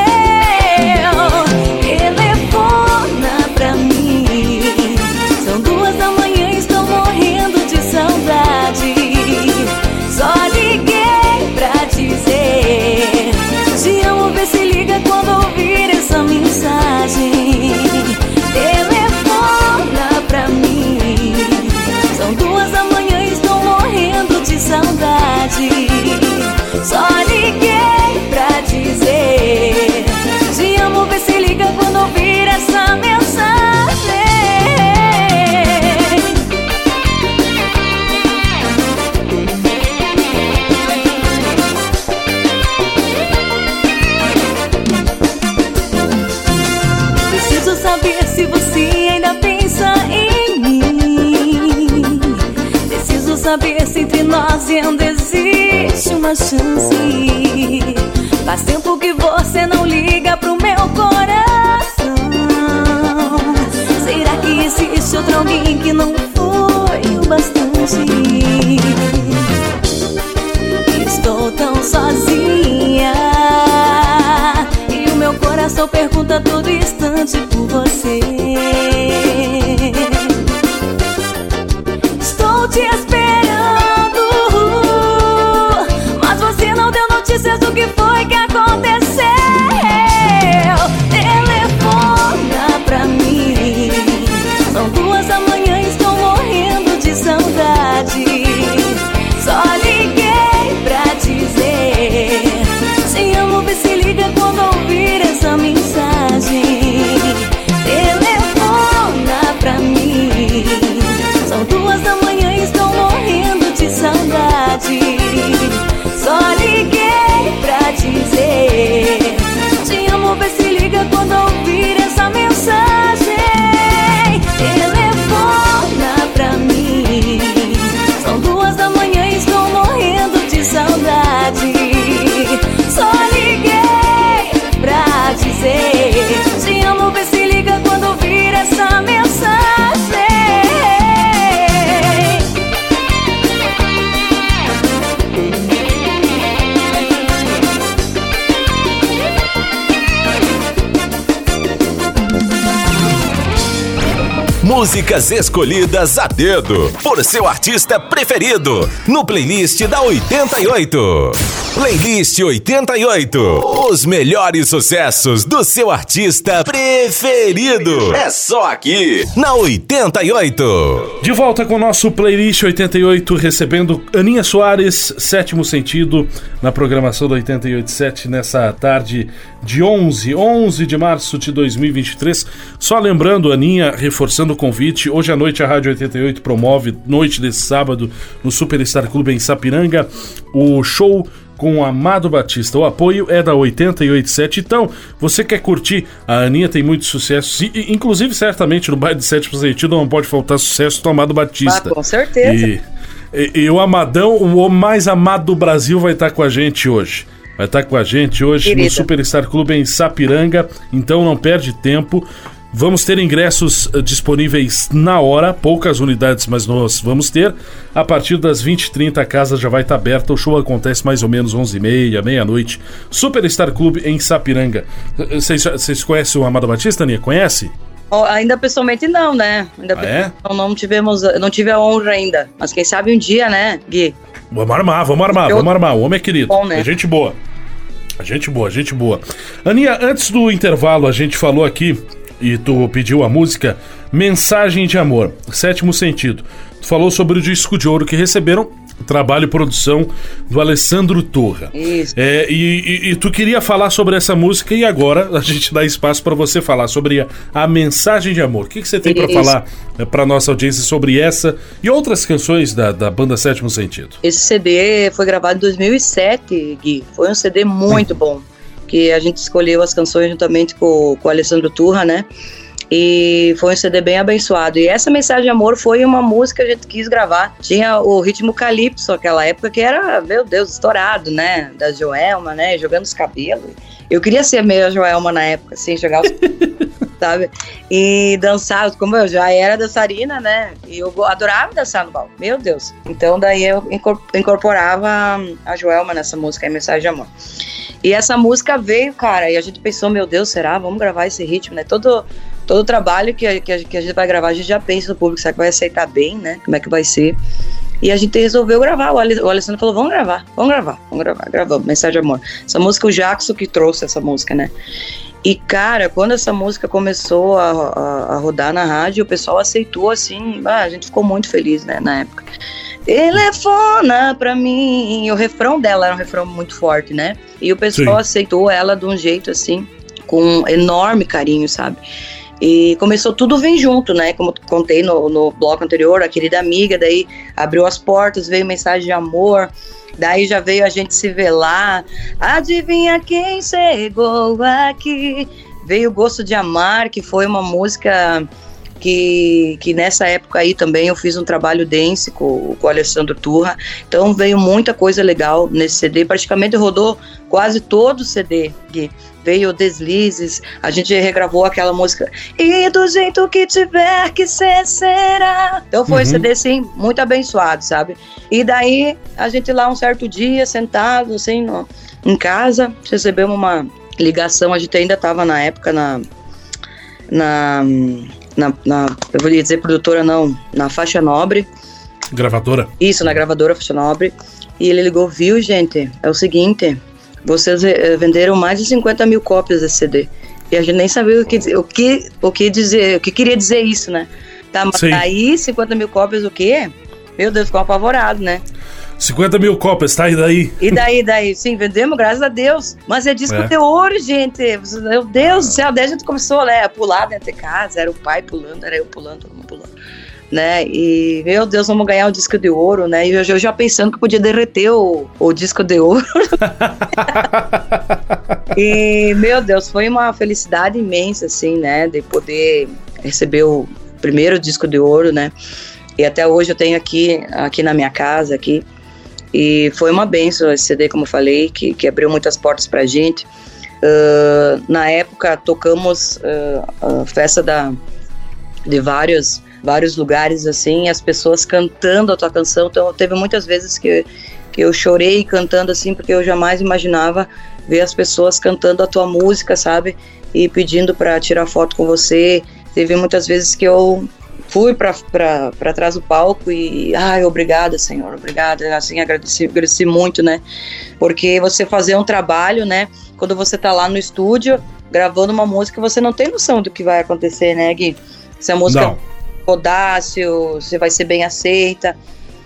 Telefona pra mim, são 2 da manhã, estou morrendo de saudade. Só liguei pra dizer te amo, vê se liga quando ouvir essa mensagem. Telefona pra mim, são 2 da manhã, estou morrendo de saudade. Só liguei pra dizer te amo, vê se liga quando ouvir essa mensagem. Preciso saber se você ainda pensa em mim. Preciso saber se entre nós ainda existe uma chance. Faz tempo que você não liga pro meu coração. Será que existe outro alguém que não foi o bastante? Estou tão sozinha e o meu coração pergunta a todo instante por você. Estou te esperando, mas você não deu notícias do que foi que aconteceu. Telefona pra mim, são 2 da manhã, estou morrendo de saudade. Só liguei pra dizer te amo, vê se liga quando ouvir essa mensagem. Músicas escolhidas a dedo por seu artista preferido no playlist da 88. Playlist 88. Os melhores sucessos do seu artista preferido. É só aqui na 88. De volta com o nosso Playlist 88, recebendo Aninha Soares, Sétimo Sentido, na programação da 887 nessa tarde de 11 de março de 2023. Só lembrando, Aninha, reforçando o convite, hoje à noite a Rádio 88 promove, noite desse sábado, no Superstar Clube em Sapiranga, o show com o Amado Batista. O apoio é da 887. Então, você quer curtir? A Aninha tem muito sucesso, inclusive certamente no bairro de Sétimo Sentido não pode faltar sucesso do Amado Batista. Com certeza. E o Amadão, o homem mais amado do Brasil, vai estar com a gente hoje. Vai estar com a gente hoje, querida, no Superstar Clube em Sapiranga. Então não perde tempo. Vamos ter ingressos disponíveis na hora, poucas unidades, mas nós vamos ter. A partir das 20h30 a casa já vai estar aberta. O show acontece mais ou menos 11h30, meia-noite. Superstar Clube em Sapiranga. Vocês conhecem o Amado Batista, Aninha? Conhece? Ainda pessoalmente não, né? Não tive a honra ainda. Mas quem sabe um dia, né, Gui? Vamos armar. O homem é querido. Bom, né? É gente boa. Gente boa. Aninha, antes do intervalo a gente falou aqui, e tu pediu a música Mensagem de Amor, Sétimo Sentido. Tu falou sobre o disco de ouro que receberam, trabalho e produção do Alessandro Turra. Isso. E tu queria falar sobre essa música e agora a gente dá espaço para você falar sobre a Mensagem de Amor. O que você tem para falar para nossa audiência sobre essa e outras canções da banda Sétimo Sentido? Esse CD foi gravado em 2007, Gui. Foi um CD muito bom, que a gente escolheu as canções juntamente com o Alessandro Turra, né? E foi um CD bem abençoado. E essa Mensagem de Amor foi uma música que a gente quis gravar. Tinha o ritmo calypso naquela época, que era, meu Deus, estourado, né? Da Joelma, né? Jogando os cabelos. Eu queria ser meio a Joelma na época, assim, jogar os... sabe? E dançar, como eu já era dançarina, né? E eu adorava dançar no balão. Meu Deus. Então daí eu incorporava a Joelma nessa música, a Mensagem de Amor. E essa música veio, cara, e a gente pensou, meu Deus, será? Vamos gravar esse ritmo, né? Todo o trabalho que a gente vai gravar, a gente já pensa no público, será que vai aceitar bem, né? Como é que vai ser? E a gente resolveu gravar. O Alessandro falou, vamos gravar. Gravamos, Mensagem de Amor. Essa música, o Jackson que trouxe essa música, né? E, cara, quando essa música começou a rodar na rádio, o pessoal aceitou, assim, a gente ficou muito feliz, né, na época. Telefona pra mim. E o refrão dela era um refrão muito forte, né? E o pessoal aceitou ela de um jeito, assim, com enorme carinho, sabe? E começou tudo a vir junto, né? Como contei no bloco anterior, a querida amiga, daí abriu as portas, veio Mensagem de Amor, daí já veio A Gente Se Vê Lá, adivinha quem chegou aqui, veio Gosto de Amar, que foi uma música que nessa época aí também eu fiz um trabalho dance com o Alessandro Turra, então veio muita coisa legal nesse CD, praticamente rodou quase todo o CD, veio Deslizes, a gente regravou aquela música E do jeito que tiver que ser, será. Então foi um CD assim, muito abençoado, sabe? E daí a gente lá um certo dia, sentado assim em casa, recebemos uma ligação, a gente ainda estava na época eu vou dizer produtora não, na Faixa Nobre. Gravadora? Isso, na gravadora Faixa Nobre. E ele ligou, viu, gente, é o seguinte, vocês venderam mais de 50 mil cópias desse CD. E a gente nem sabia o que dizer, o que queria dizer isso, né? Tá, mas aí 50 mil cópias o quê? Meu Deus, ficou apavorado, né? 50 mil cópias, tá? E daí? E daí? Sim, vendemos, graças a Deus. Mas é disco de ouro, gente. Meu Deus do céu. Daí a gente começou, né, a pular dentro de casa. Era o pai pulando, era eu pulando, todo mundo pulando. Né? E, meu Deus, vamos ganhar um disco de ouro, né? E eu já pensando que podia derreter o disco de ouro. E, meu Deus, foi uma felicidade imensa, assim, né? De poder receber o primeiro disco de ouro, né? E até hoje eu tenho aqui na minha casa, aqui. E foi uma bênção esse CD, como eu falei, que abriu muitas portas pra gente. Na época, tocamos a festa de vários lugares, assim, as pessoas cantando a tua canção. Então, teve muitas vezes que eu chorei cantando, assim, porque eu jamais imaginava ver as pessoas cantando a tua música, sabe? E pedindo pra tirar foto com você. Teve muitas vezes que eu fui para trás do palco e obrigada, Senhor, obrigada, assim, agradeci muito, né, porque você fazer um trabalho, né, quando você tá lá no estúdio gravando uma música, você não tem noção do que vai acontecer, né, Gui? Se a música rodar, se vai ser bem aceita,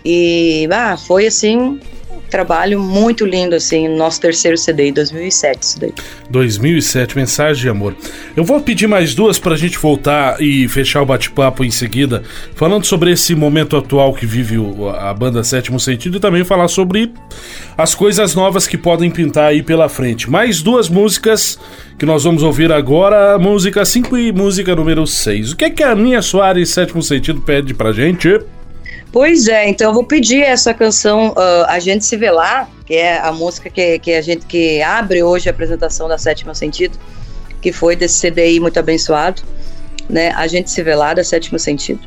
e foi assim, trabalho muito lindo, assim, nosso terceiro CD, em 2007, isso daí. 2007, Mensagem de Amor. Eu vou pedir mais duas pra gente voltar e fechar o bate-papo em seguida, falando sobre esse momento atual que vive a banda Sétimo Sentido e também falar sobre as coisas novas que podem pintar aí pela frente. Mais duas músicas que nós vamos ouvir agora, música 5 e música número 6. O que é que a Aninha Soares, Sétimo Sentido, pede pra gente? Pois é, então eu vou pedir essa canção A Gente Se Vê Lá, que é a música que abre hoje a apresentação da Sétimo Sentido, que foi desse CD aí muito abençoado, né? A Gente Se Vê Lá, da Sétimo Sentido.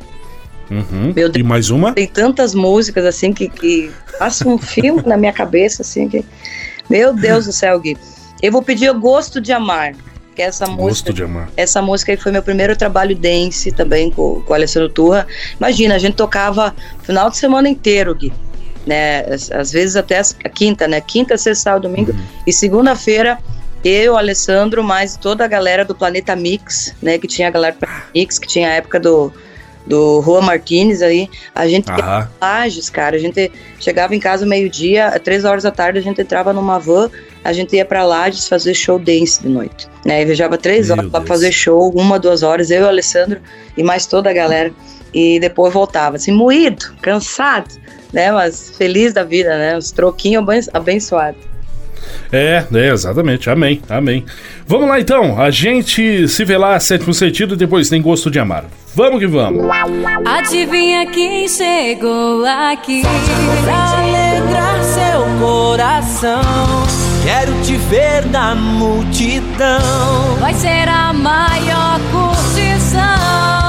Meu Deus, e mais uma? Tem tantas músicas assim que passa um filme na minha cabeça, assim, que... Meu Deus do céu, Gui. Eu vou pedir Gosto de Amar, que é essa música. Gosto de Amar. Essa música aí foi meu primeiro trabalho dance também com o Alessandro Turra. Imagina, a gente tocava final de semana inteiro, Gui, né? Às vezes até a quinta, né? Quinta, sexta, sábado, domingo. E segunda-feira, eu, Alessandro, mais toda a galera do Planeta Mix, né? Que tinha a galera do Planeta Mix, que tinha a época do Juan Martínez aí. A gente ia Lages, cara. A gente chegava em casa meio-dia, 3 horas da tarde, a gente entrava numa van, a gente ia pra Lages fazer show dance de noite, né? Eu viajava 3 horas pra fazer show, 1, 2 horas, eu e o Alessandro e mais toda a galera, e depois voltava, assim, moído, cansado, né? Mas feliz da vida, né? Os troquinhos abençoados. Exatamente, amém. Vamos lá então, A Gente Se Vê Lá, Sétimo Sentido, e depois tem Gosto de Amar. Vamos que vamos. Adivinha quem chegou aqui pra alegrar seu coração? Quero te ver na multidão. Vai ser a maior curtição.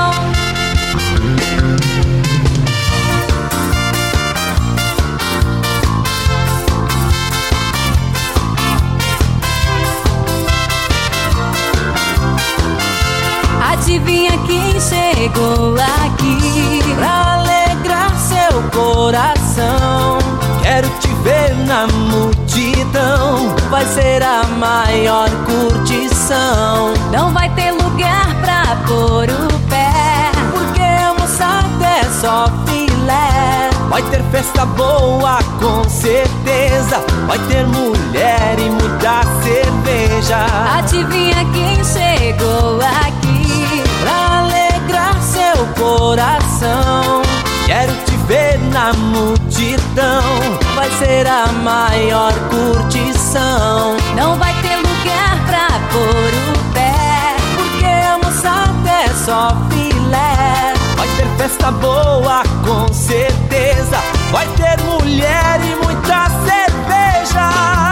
Adivinha quem chegou aqui pra alegrar seu coração? Quero te ver na multidão. Vai ser a maior curtição. Não vai ter lugar pra pôr o pé, porque a moçada é só filé. Vai ter festa boa, com certeza. Vai ter mulher e muita cerveja. Adivinha quem chegou aqui pra alegrar seu coração? Quero te ver na multidão. Vai ser a maior curtição. Não vai ter lugar pra pôr o pé, porque a moçada é só filé. Vai ter festa boa, com certeza. Vai ter mulher e muita cerveja.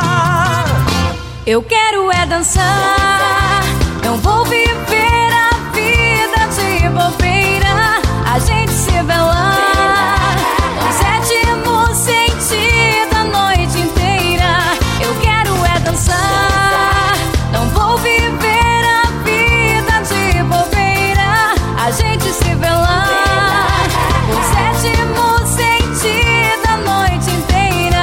Eu quero é dançar, não vou viver a vida de bobeira. A gente se vê lá, com sétimo sentido a noite inteira. Eu quero é dançar, não vou viver a vida de bobeira. A gente se vê lá, com sétimo sentido a noite inteira.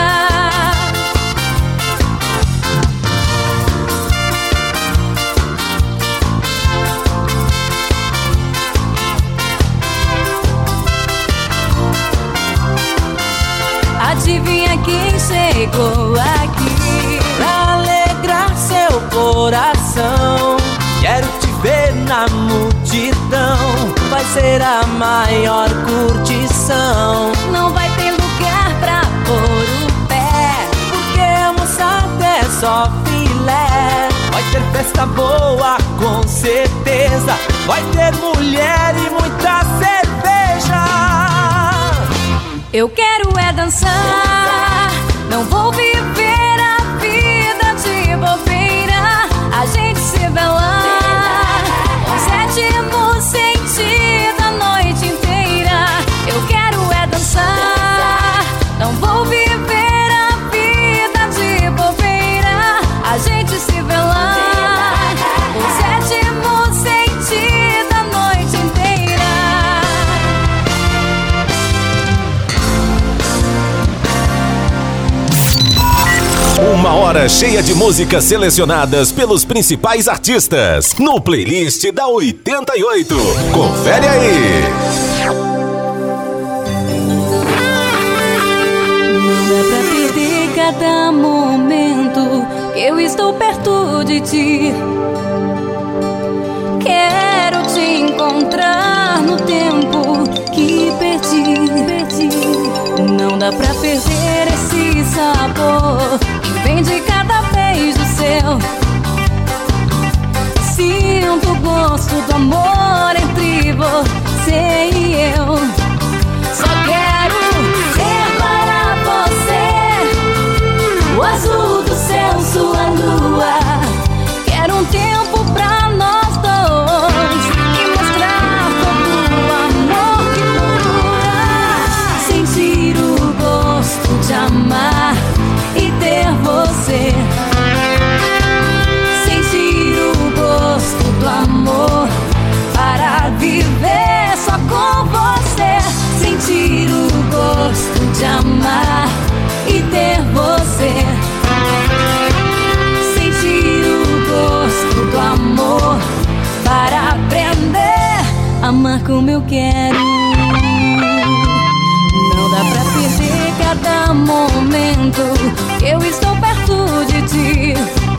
Adivinha quem chegou aqui pra alegrar seu coração? Quero te ver na multidão. Vai ser a maior curtição. Não vai ter lugar pra pôr o pé, porque a moçada é só filé. Vai ter festa boa, com certeza. Vai ter mulher e muita cerveja. Eu quero é dançar, não vou viver a vida de bobeira. A gente se vê lá, com sétimo sentido a noite inteira. Eu quero é dançar, não vou viver a vida de bobeira. A gente se vê lá, com sétimo sentido a noite inteira. semana cheia de músicas selecionadas pelos principais artistas no playlist da 88. Confere aí. Não dá pra perder cada momento que eu estou perto de ti. Quero te encontrar no tempo que perdi. Não dá pra perder esse sabor que vem de cada beijo seu. Sinto o gosto do amor entre você e eu. Só quero ser para você o azul do céu, sua lua. Quero um tempo pra nós dois e mostrar todo o amor que dura. Sentir o gosto de amar e ter você. Sentir o gosto do amor para viver só com você. Sentir o gosto de amar e ter você. Sentir o gosto do amor para aprender a amar como eu quero. Não dá pra perder cada momento que eu estou perto de ti.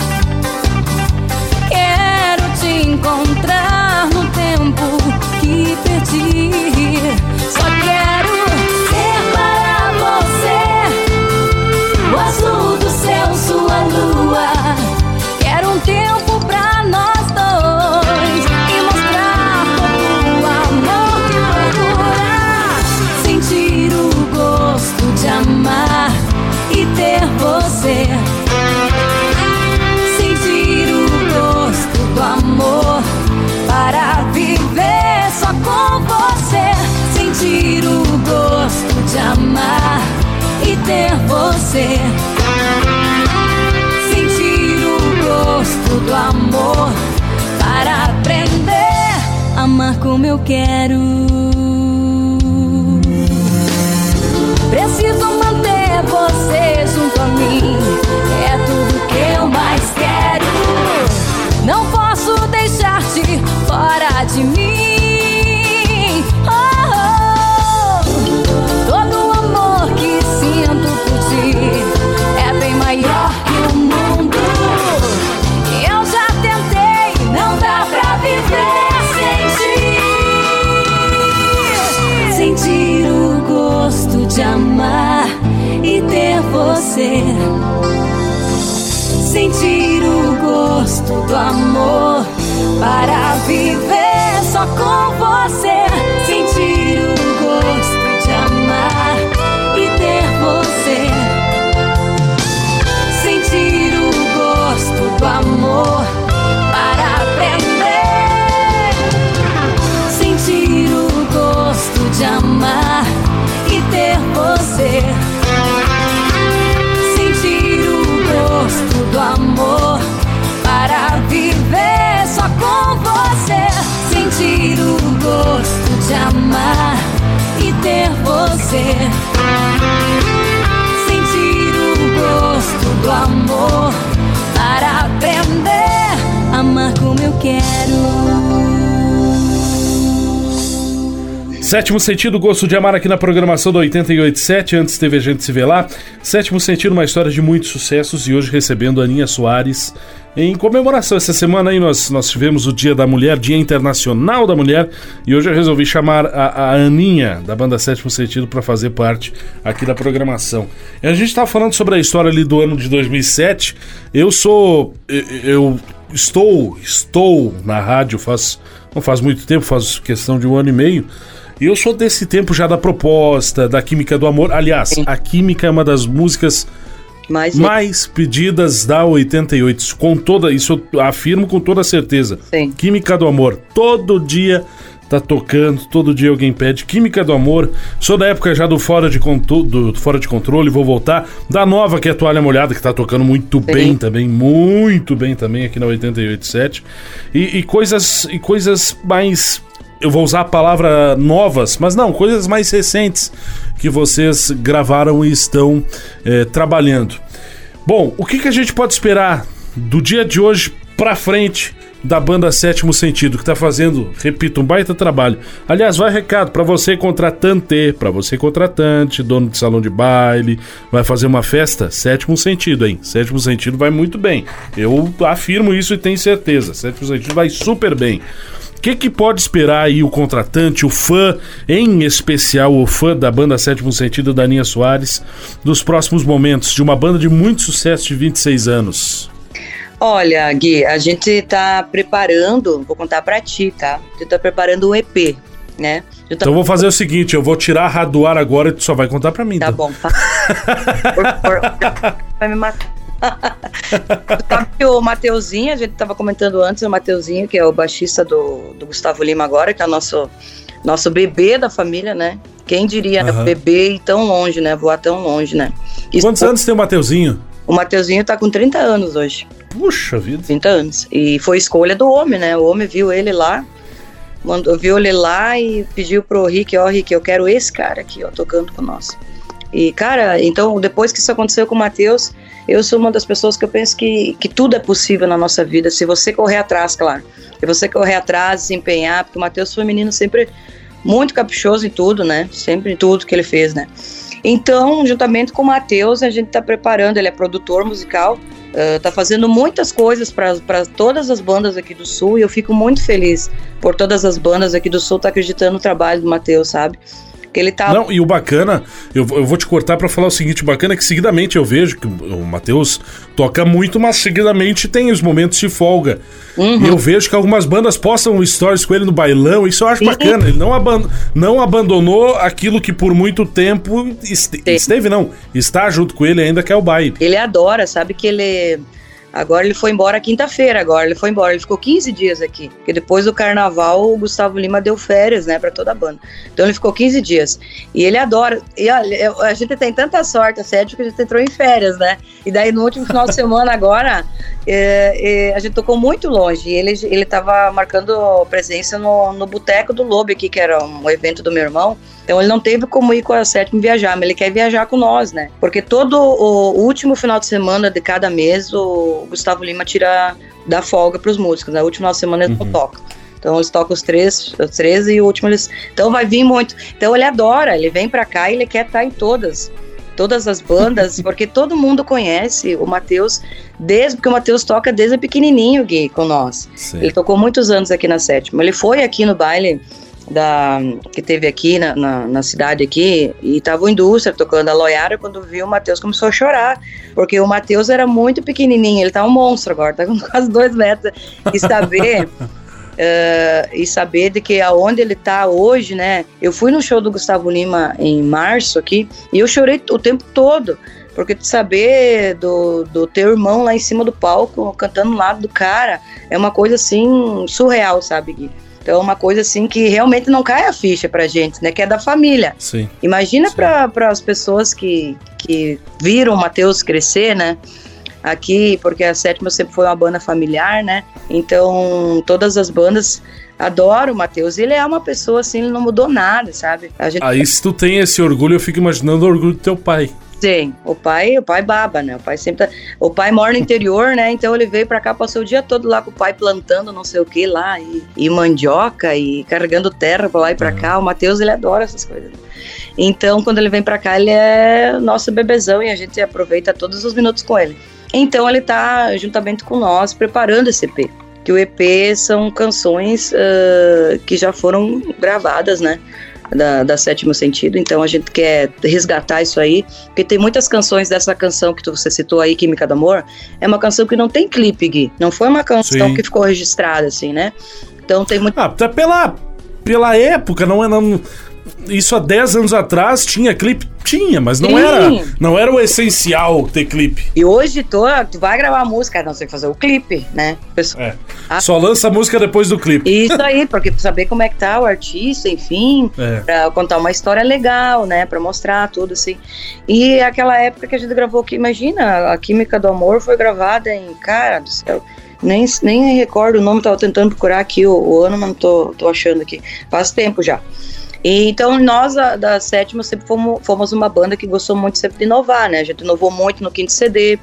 Quero te encontrar no tempo que perdi. Só quero ser para você o azul do céu, sua lua. Quero um tempo pra nós dois e mostrar todo o amor que procura. Sentir o gosto de amar e ter você. Sentir o gosto do amor para viver só com você. Sentir o gosto de amar e ter você. Sentir o gosto do amor para aprender a amar como eu quero. Preciso manter você junto a mim, é tudo que eu mais quero. Não posso deixar-te fora de mim. Oh, oh. Todo o amor que sinto por ti é bem maior que o mundo. Eu já tentei, não dá pra viver sem ti. Sentir o gosto de amar e ter você. Sentir o gosto do amor para viver só com você. Sentir o gosto de amar e ter você. Sentir o gosto do amor para aprender. Sentir o gosto de amar e ter você. Sentir o gosto do amor para viver só com você. Sentir o gosto de amar e ter você. Sentir o gosto do amor para aprender a amar como eu quero. Sétimo Sentido, Gosto de Amar aqui na programação do 88.7. Antes teve A Gente Se Vê Lá. Sétimo Sentido, uma história de muitos sucessos, e hoje recebendo a Aninha Soares em comemoração. Essa semana aí nós tivemos o Dia da Mulher, Dia Internacional da Mulher, e hoje eu resolvi chamar a Aninha da banda Sétimo Sentido para fazer parte aqui da programação. E a gente estava falando sobre a história ali do ano de 2007. Eu estou na rádio não faz muito tempo, faz questão de 1 ano e meio. E eu sou desse tempo já da proposta, da Química do Amor. Aliás, a Química é uma das músicas mais pedidas da 88. Isso eu afirmo com toda certeza. Sim. Química do Amor. Todo dia tá tocando, todo dia alguém pede Química do Amor. Sou da época já do Fora de Controle, vou voltar. Da nova, que é a Toalha Molhada, que tá tocando muito bem também, muito bem também aqui na 88.7. E coisas mais... Eu vou usar a palavra novas, mas não, coisas mais recentes que vocês gravaram e estão trabalhando. Bom, o que a gente pode esperar do dia de hoje pra frente da banda Sétimo Sentido, que tá fazendo, repito, um baita trabalho. Aliás, vai recado pra você contratante, dono de salão de baile, vai fazer uma festa, Sétimo Sentido, hein? Sétimo Sentido vai muito bem. Eu afirmo isso e tenho certeza. Sétimo Sentido vai super bem. O que pode esperar aí o contratante, o fã, em especial o fã da banda Sétimo Sentido, Daninha Soares, dos próximos momentos de uma banda de muito sucesso de 26 anos? Olha, Gui, a gente tá preparando, vou contar pra ti, tá? A gente tá preparando um EP, né? Então eu vou fazer o seguinte, eu vou tirar a rádio do ar agora e tu só vai contar pra mim. Tá bom, tá. Vai me matar. Sabe que o Mateuzinho, a gente tava comentando antes, o Mateuzinho, que é o baixista do Gustavo Lima agora, que é o nosso bebê da família, né? Quem diria, bebê e tão longe, né? Voar tão longe, né? Quantos anos tem o Mateuzinho? O Mateuzinho tá com 30 anos hoje. Puxa vida. 30 anos. E foi escolha do homem, né? O homem viu ele lá, viu ele lá e pediu pro Rick, Rick, eu quero esse cara aqui, tocando com nós. E, cara, então, depois que isso aconteceu com o Matheus, eu sou uma das pessoas que eu penso que tudo é possível na nossa vida, se você correr atrás, claro. Se você correr atrás, se empenhar, porque o Matheus foi um menino sempre muito caprichoso em tudo, né? Sempre em tudo que ele fez, né? Então, juntamente com o Matheus, a gente tá preparando, ele é produtor musical, tá fazendo muitas coisas para todas as bandas aqui do Sul, e eu fico muito feliz por todas as bandas aqui do Sul tá acreditando no trabalho do Matheus, sabe? Que ele tá... Não, e o bacana, eu vou te cortar pra falar o seguinte, o bacana é que seguidamente eu vejo que o Matheus toca muito, mas seguidamente tem os momentos de folga. E eu vejo que algumas bandas postam stories com ele no bailão, isso eu acho bacana. Ele não abandonou aquilo que por muito tempo está junto com ele ainda, que é o baile. Ele adora, sabe que ele... Agora ele foi embora quinta-feira, ele ficou 15 dias aqui, porque depois do carnaval o Gustavo Lima deu férias, né, pra toda a banda, então ele ficou 15 dias, e ele adora, e olha, a gente tem tanta sorte, sério, que a gente entrou em férias, né, e daí no último final de semana agora, a gente tocou muito longe, e ele tava marcando presença no Boteco do Lobo aqui, que era um evento do meu irmão. Então ele não teve como ir com a Sétimo viajar, mas ele quer viajar com nós, né? Porque todo o último final de semana de cada mês, o Gustavo Lima dá folga pros músicos, né? O último final de semana eles não tocam. Então eles tocam os três e o último eles... Então vai vir muito. Então ele adora, ele vem pra cá e ele quer estar em todas as bandas, porque todo mundo conhece o Matheus, porque o Matheus toca desde pequenininho, Gui, com nós. Sim. Ele tocou muitos anos aqui na Sétima. Ele foi aqui no baile que teve aqui na cidade aqui, e tava o Indústria tocando a Loiara, quando viu o Matheus começou a chorar, porque o Matheus era muito pequenininho, ele tá um monstro agora, tá com quase 2 metros, e saber de que aonde ele tá hoje, né, eu fui no show do Gustavo Lima em março aqui, e eu chorei o tempo todo, porque tu saber do teu irmão lá em cima do palco, cantando do lado do cara, é uma coisa assim, surreal, sabe, Gui? Então é uma coisa assim que realmente não cai a ficha pra gente, né? Que é da família. Sim. Imagina para as pessoas que viram o Matheus crescer, né? Aqui, porque a Sétima sempre foi uma banda familiar, né? Então todas as bandas adoram o Matheus. Ele é uma pessoa assim, ele não mudou nada, sabe? Aí se tu tem esse orgulho, eu fico imaginando o orgulho do teu pai. Sim, o pai baba, né? O pai mora no interior, né? Então ele veio pra cá, passou o dia todo lá com o pai plantando não sei o que lá, e mandioca, e carregando terra pra lá e pra cá. O Matheus, ele adora essas coisas. Então, quando ele vem pra cá, ele é nosso bebezão e a gente aproveita todos os minutos com ele. Então, ele tá, juntamente com nós, preparando esse EP. Que o EP são canções que já foram gravadas, né? Da Sétimo Sentido, então a gente quer resgatar isso aí, porque tem muitas canções dessa canção que você citou aí, Química do Amor, é uma canção que não tem clipe, Gui, não foi uma canção que ficou registrada assim, né? Então tem muito... Até pela época, não, isso há 10 anos atrás tinha clipe? Tinha, mas não era o essencial ter clipe. E hoje tu vai gravar a música, não sei fazer o clipe, né? Só lança a música depois do clipe. Isso aí, porque pra saber como é que tá o artista, enfim, pra contar uma história legal, né? Pra mostrar tudo, assim. E aquela época que a gente gravou, que imagina, a Química do Amor foi gravada em, cara do céu, nem recordo o nome, tava tentando procurar aqui o ano, mas não tô achando aqui. Faz tempo já. E, então nós da Sétima sempre fomos uma banda que gostou muito sempre de inovar, né? A gente inovou muito no quinto CD,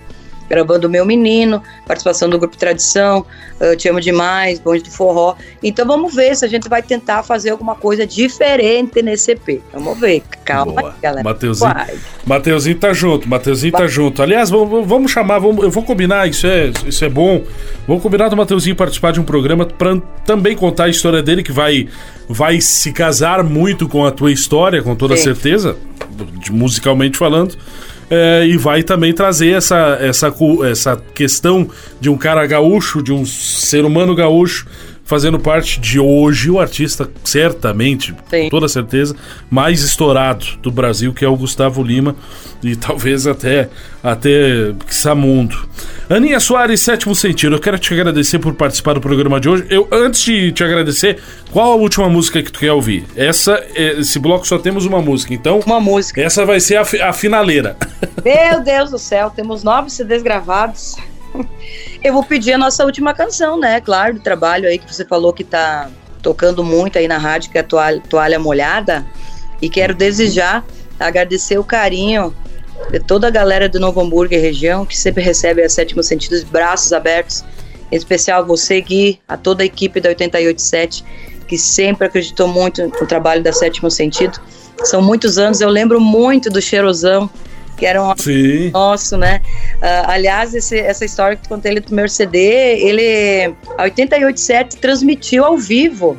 gravando O Meu Menino, participação do Grupo Tradição, Te Amo Demais, Bonde do Forró. Então vamos ver se a gente vai tentar fazer alguma coisa diferente nesse EP. Vamos ver, calma aí, galera. Mateuzinho tá junto. Aliás, vamos chamar, eu vou combinar, isso é bom. Vamos combinar do Mateuzinho participar de um programa para também contar a história dele, que vai se casar muito com a tua história, com toda certeza, musicalmente falando. E vai também trazer essa questão de um cara gaúcho, de um ser humano gaúcho, fazendo parte de hoje o artista, certamente, com toda certeza, mais estourado do Brasil, que é o Gustavo Lima, e talvez até Xamundo. Aninha Soares, Sétimo Sentido, eu quero te agradecer por participar do programa de hoje. Antes de te agradecer, qual a última música que tu quer ouvir? Esse bloco só temos uma música, então... Uma música. Essa vai ser a finaleira. Meu Deus do céu, temos 9 CDs gravados. Eu vou pedir a nossa última canção, né? Claro, do trabalho aí que você falou que tá tocando muito aí na rádio, que é a Toalha Molhada. E quero desejar, agradecer o carinho de toda a galera do Novo Hamburgo e região, que sempre recebe a Sétimo Sentido de braços abertos. Em especial você, Gui, a toda a equipe da 88.7, que sempre acreditou muito no trabalho da Sétimo Sentido. São muitos anos, eu lembro muito do Cheirosão, que era um nosso, né? Aliás, essa história que eu contei no primeiro CD, a 88.7 transmitiu ao vivo,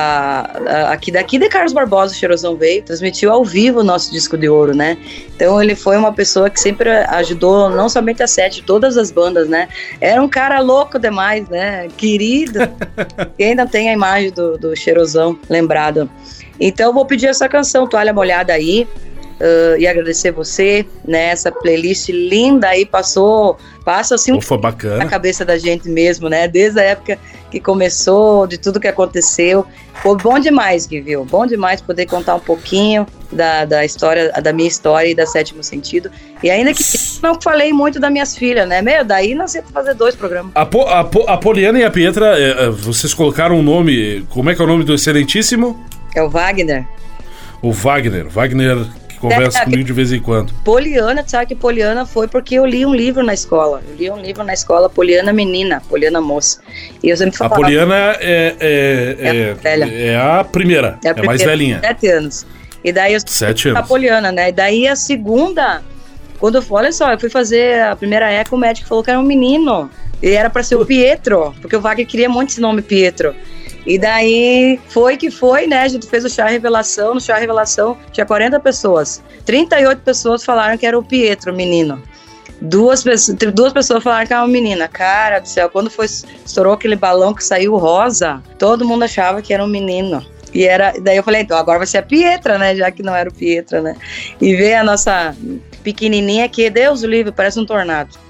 daqui de Carlos Barbosa, o Cheirosão veio, transmitiu ao vivo o nosso disco de ouro, né? Então ele foi uma pessoa que sempre ajudou, não somente a Sete, todas as bandas, né? Era um cara louco demais, né? Querido. E ainda tem a imagem do Cheirosão lembrado. Então eu vou pedir essa canção, Toalha Molhada aí. E agradecer você, né? Essa playlist linda aí passa assim bacana na cabeça da gente mesmo, né? Desde a época que começou, de tudo que aconteceu. Foi bom demais, Gui, viu? Bom demais poder contar um pouquinho da história, da minha história e da Sétimo Sentido. E ainda que não falei muito das minhas filhas, né? Daí nós íamos fazer 2 programas. A Poliana e a Pietra, vocês colocaram um nome, como é que é o nome do excelentíssimo? É o Wagner. O Wagner conversa comigo de vez em quando. Poliana, sabe que Poliana foi porque eu li um livro na escola. Poliana Menina, Poliana Moça. E eu sempre falava... A Poliana é a primeira, é a mais velhinha. 7 anos. E daí eu 7 anos. A Poliana, né? E daí a segunda, quando olha só, eu fui fazer a primeira eco, o médico falou que era um menino. E era pra ser o Pietro, porque o Wagner queria muito esse nome Pietro. E daí foi, né? A gente fez o Chá Revelação. No Chá Revelação tinha 40 pessoas. 38 pessoas falaram que era o Pietro, menino. 2 pessoas falaram que era uma menina. Cara do céu, quando estourou aquele balão que saiu rosa, todo mundo achava que era um menino. Daí eu falei, então agora vai ser a Pietra, né? Já que não era o Pietra, né? E ver a nossa pequenininha aqui, Deus o livre, parece um tornado.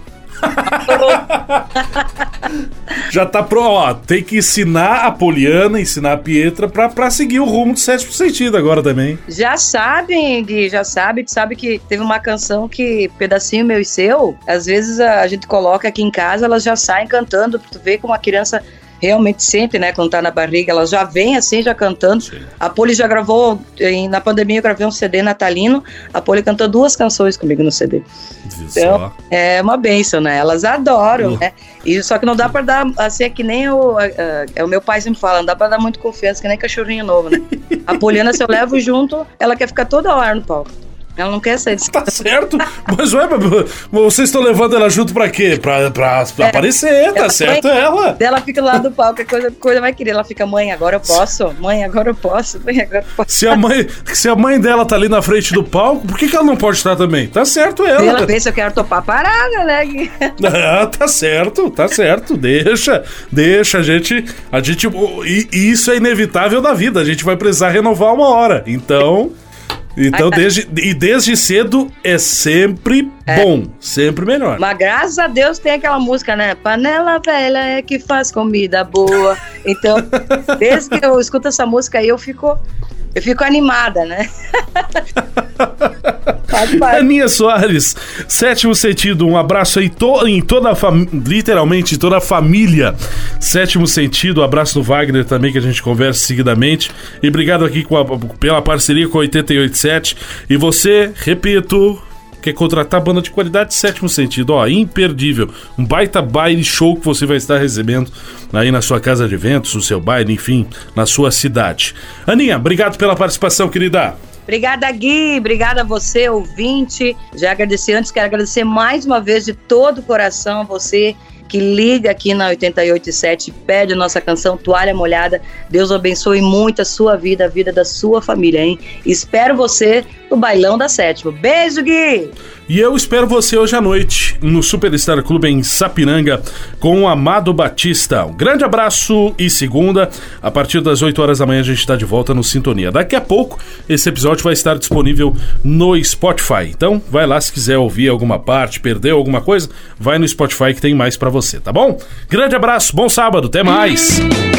Já tá tem que ensinar a Poliana, ensinar a Pietra pra seguir o rumo do Sétimo Sentido agora também. Já sabem, Gui, sabe que teve uma canção que, Pedacinho Meu e Seu, às vezes a gente coloca aqui em casa, elas já saem cantando, pra tu ver como a criança realmente sente, né, quando tá na barriga, ela já vem assim, já cantando. Sim. A Poli já gravou, na pandemia eu gravei um CD natalino, a Poli cantou 2 canções comigo no CD. Então, é uma bênção, né, elas adoram, né, e só que não dá pra dar, assim, é que nem o meu pai sempre fala, não dá pra dar muito confiança, que nem cachorrinho novo, né. A Poliana, se eu levo junto, ela quer ficar toda hora no palco. Ela não quer sair. Tá certo, mas vocês estão levando ela junto pra quê? Pra aparecer, tá certo ela. Ela fica lá do palco, a coisa vai querer. Ela fica, mãe, agora eu posso. Mãe, agora eu posso. Mãe, agora eu posso. Se a mãe dela tá ali na frente do palco, por que ela não pode estar também? Tá certo ela. Ela pensa, eu quero topar a parada, né? Tá certo. Deixa a gente. E isso é inevitável na vida. A gente vai precisar renovar uma hora. Então, desde cedo é sempre bom, sempre melhor. Mas graças a Deus tem aquela música, né? Panela velha é que faz comida boa. Então, desde que eu escuto essa música aí, eu fico animada, né? Aninha Soares, Sétimo Sentido, um abraço aí em toda a literalmente toda a família Sétimo Sentido, um abraço do Wagner também, que a gente conversa seguidamente, e obrigado aqui pela parceria com a 88.7. E você, repito, Quer contratar banda de qualidade? Sétimo Sentido, ó, imperdível. Um baita baile show que você vai estar recebendo aí na sua casa de eventos, no seu baile, enfim, na sua cidade. Aninha, obrigado pela participação, querida. Obrigada, Gui. Obrigada a você, ouvinte. Já agradeci antes, quero agradecer mais uma vez de todo o coração a você que liga aqui na 88.7 e pede a nossa canção Toalha Molhada. Deus abençoe muito a sua vida, a vida da sua família, hein? Espero você no Bailão da Sétima. Beijo, Gui! E eu espero você hoje à noite no Superstar Clube em Sapiranga com o Amado Batista. Um grande abraço e segunda, a partir das 8 horas da manhã a gente está de volta no Sintonia. Daqui a pouco esse episódio vai estar disponível no Spotify. Então vai lá se quiser ouvir alguma parte, perdeu alguma coisa, vai no Spotify que tem mais pra você, tá bom? Grande abraço, bom sábado, até mais!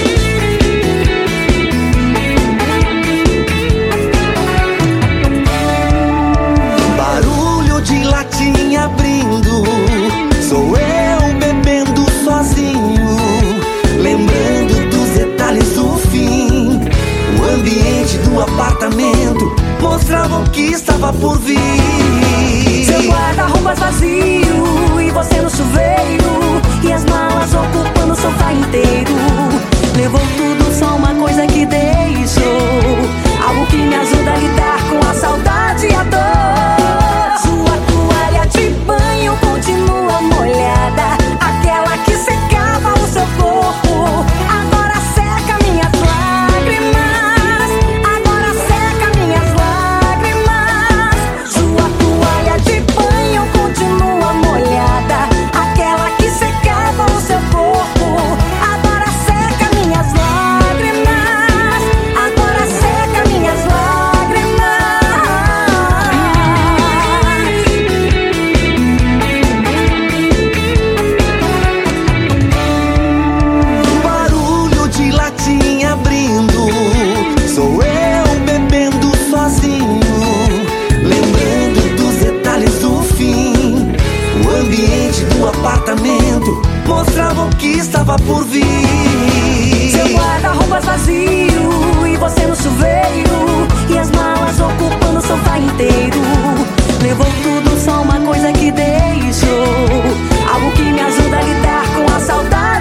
Abrindo, sou eu bebendo sozinho, lembrando dos detalhes do fim. O ambiente do apartamento mostrava o que estava por vir. Seu guarda-roupa vazio e você no chuveiro, e as malas ocupando o sofá inteiro. Levou tudo, só uma coisa que deixou, algo que me ajuda a lidar com a saudade e a dor. Sua toalha de banho continua molhada, aquela que secava o seu corpo. Agora seca minhas lágrimas, agora seca minhas lágrimas. Sua toalha de banho continua molhada, aquela que secava o seu corpo. Agora seca minhas lágrimas, agora seca minhas lágrimas. Barulho de latinha abrindo, sou eu bebendo sozinho, lembrando dos detalhes do fim. O ambiente do apartamento mostrava o que estava por vir. Seu guarda-roupa vazio e você no chuveiro, e as malas ocupando o sofá inteiro. Levou tudo, só uma coisa que deixou, algo que me ajuda a lidar com a saudade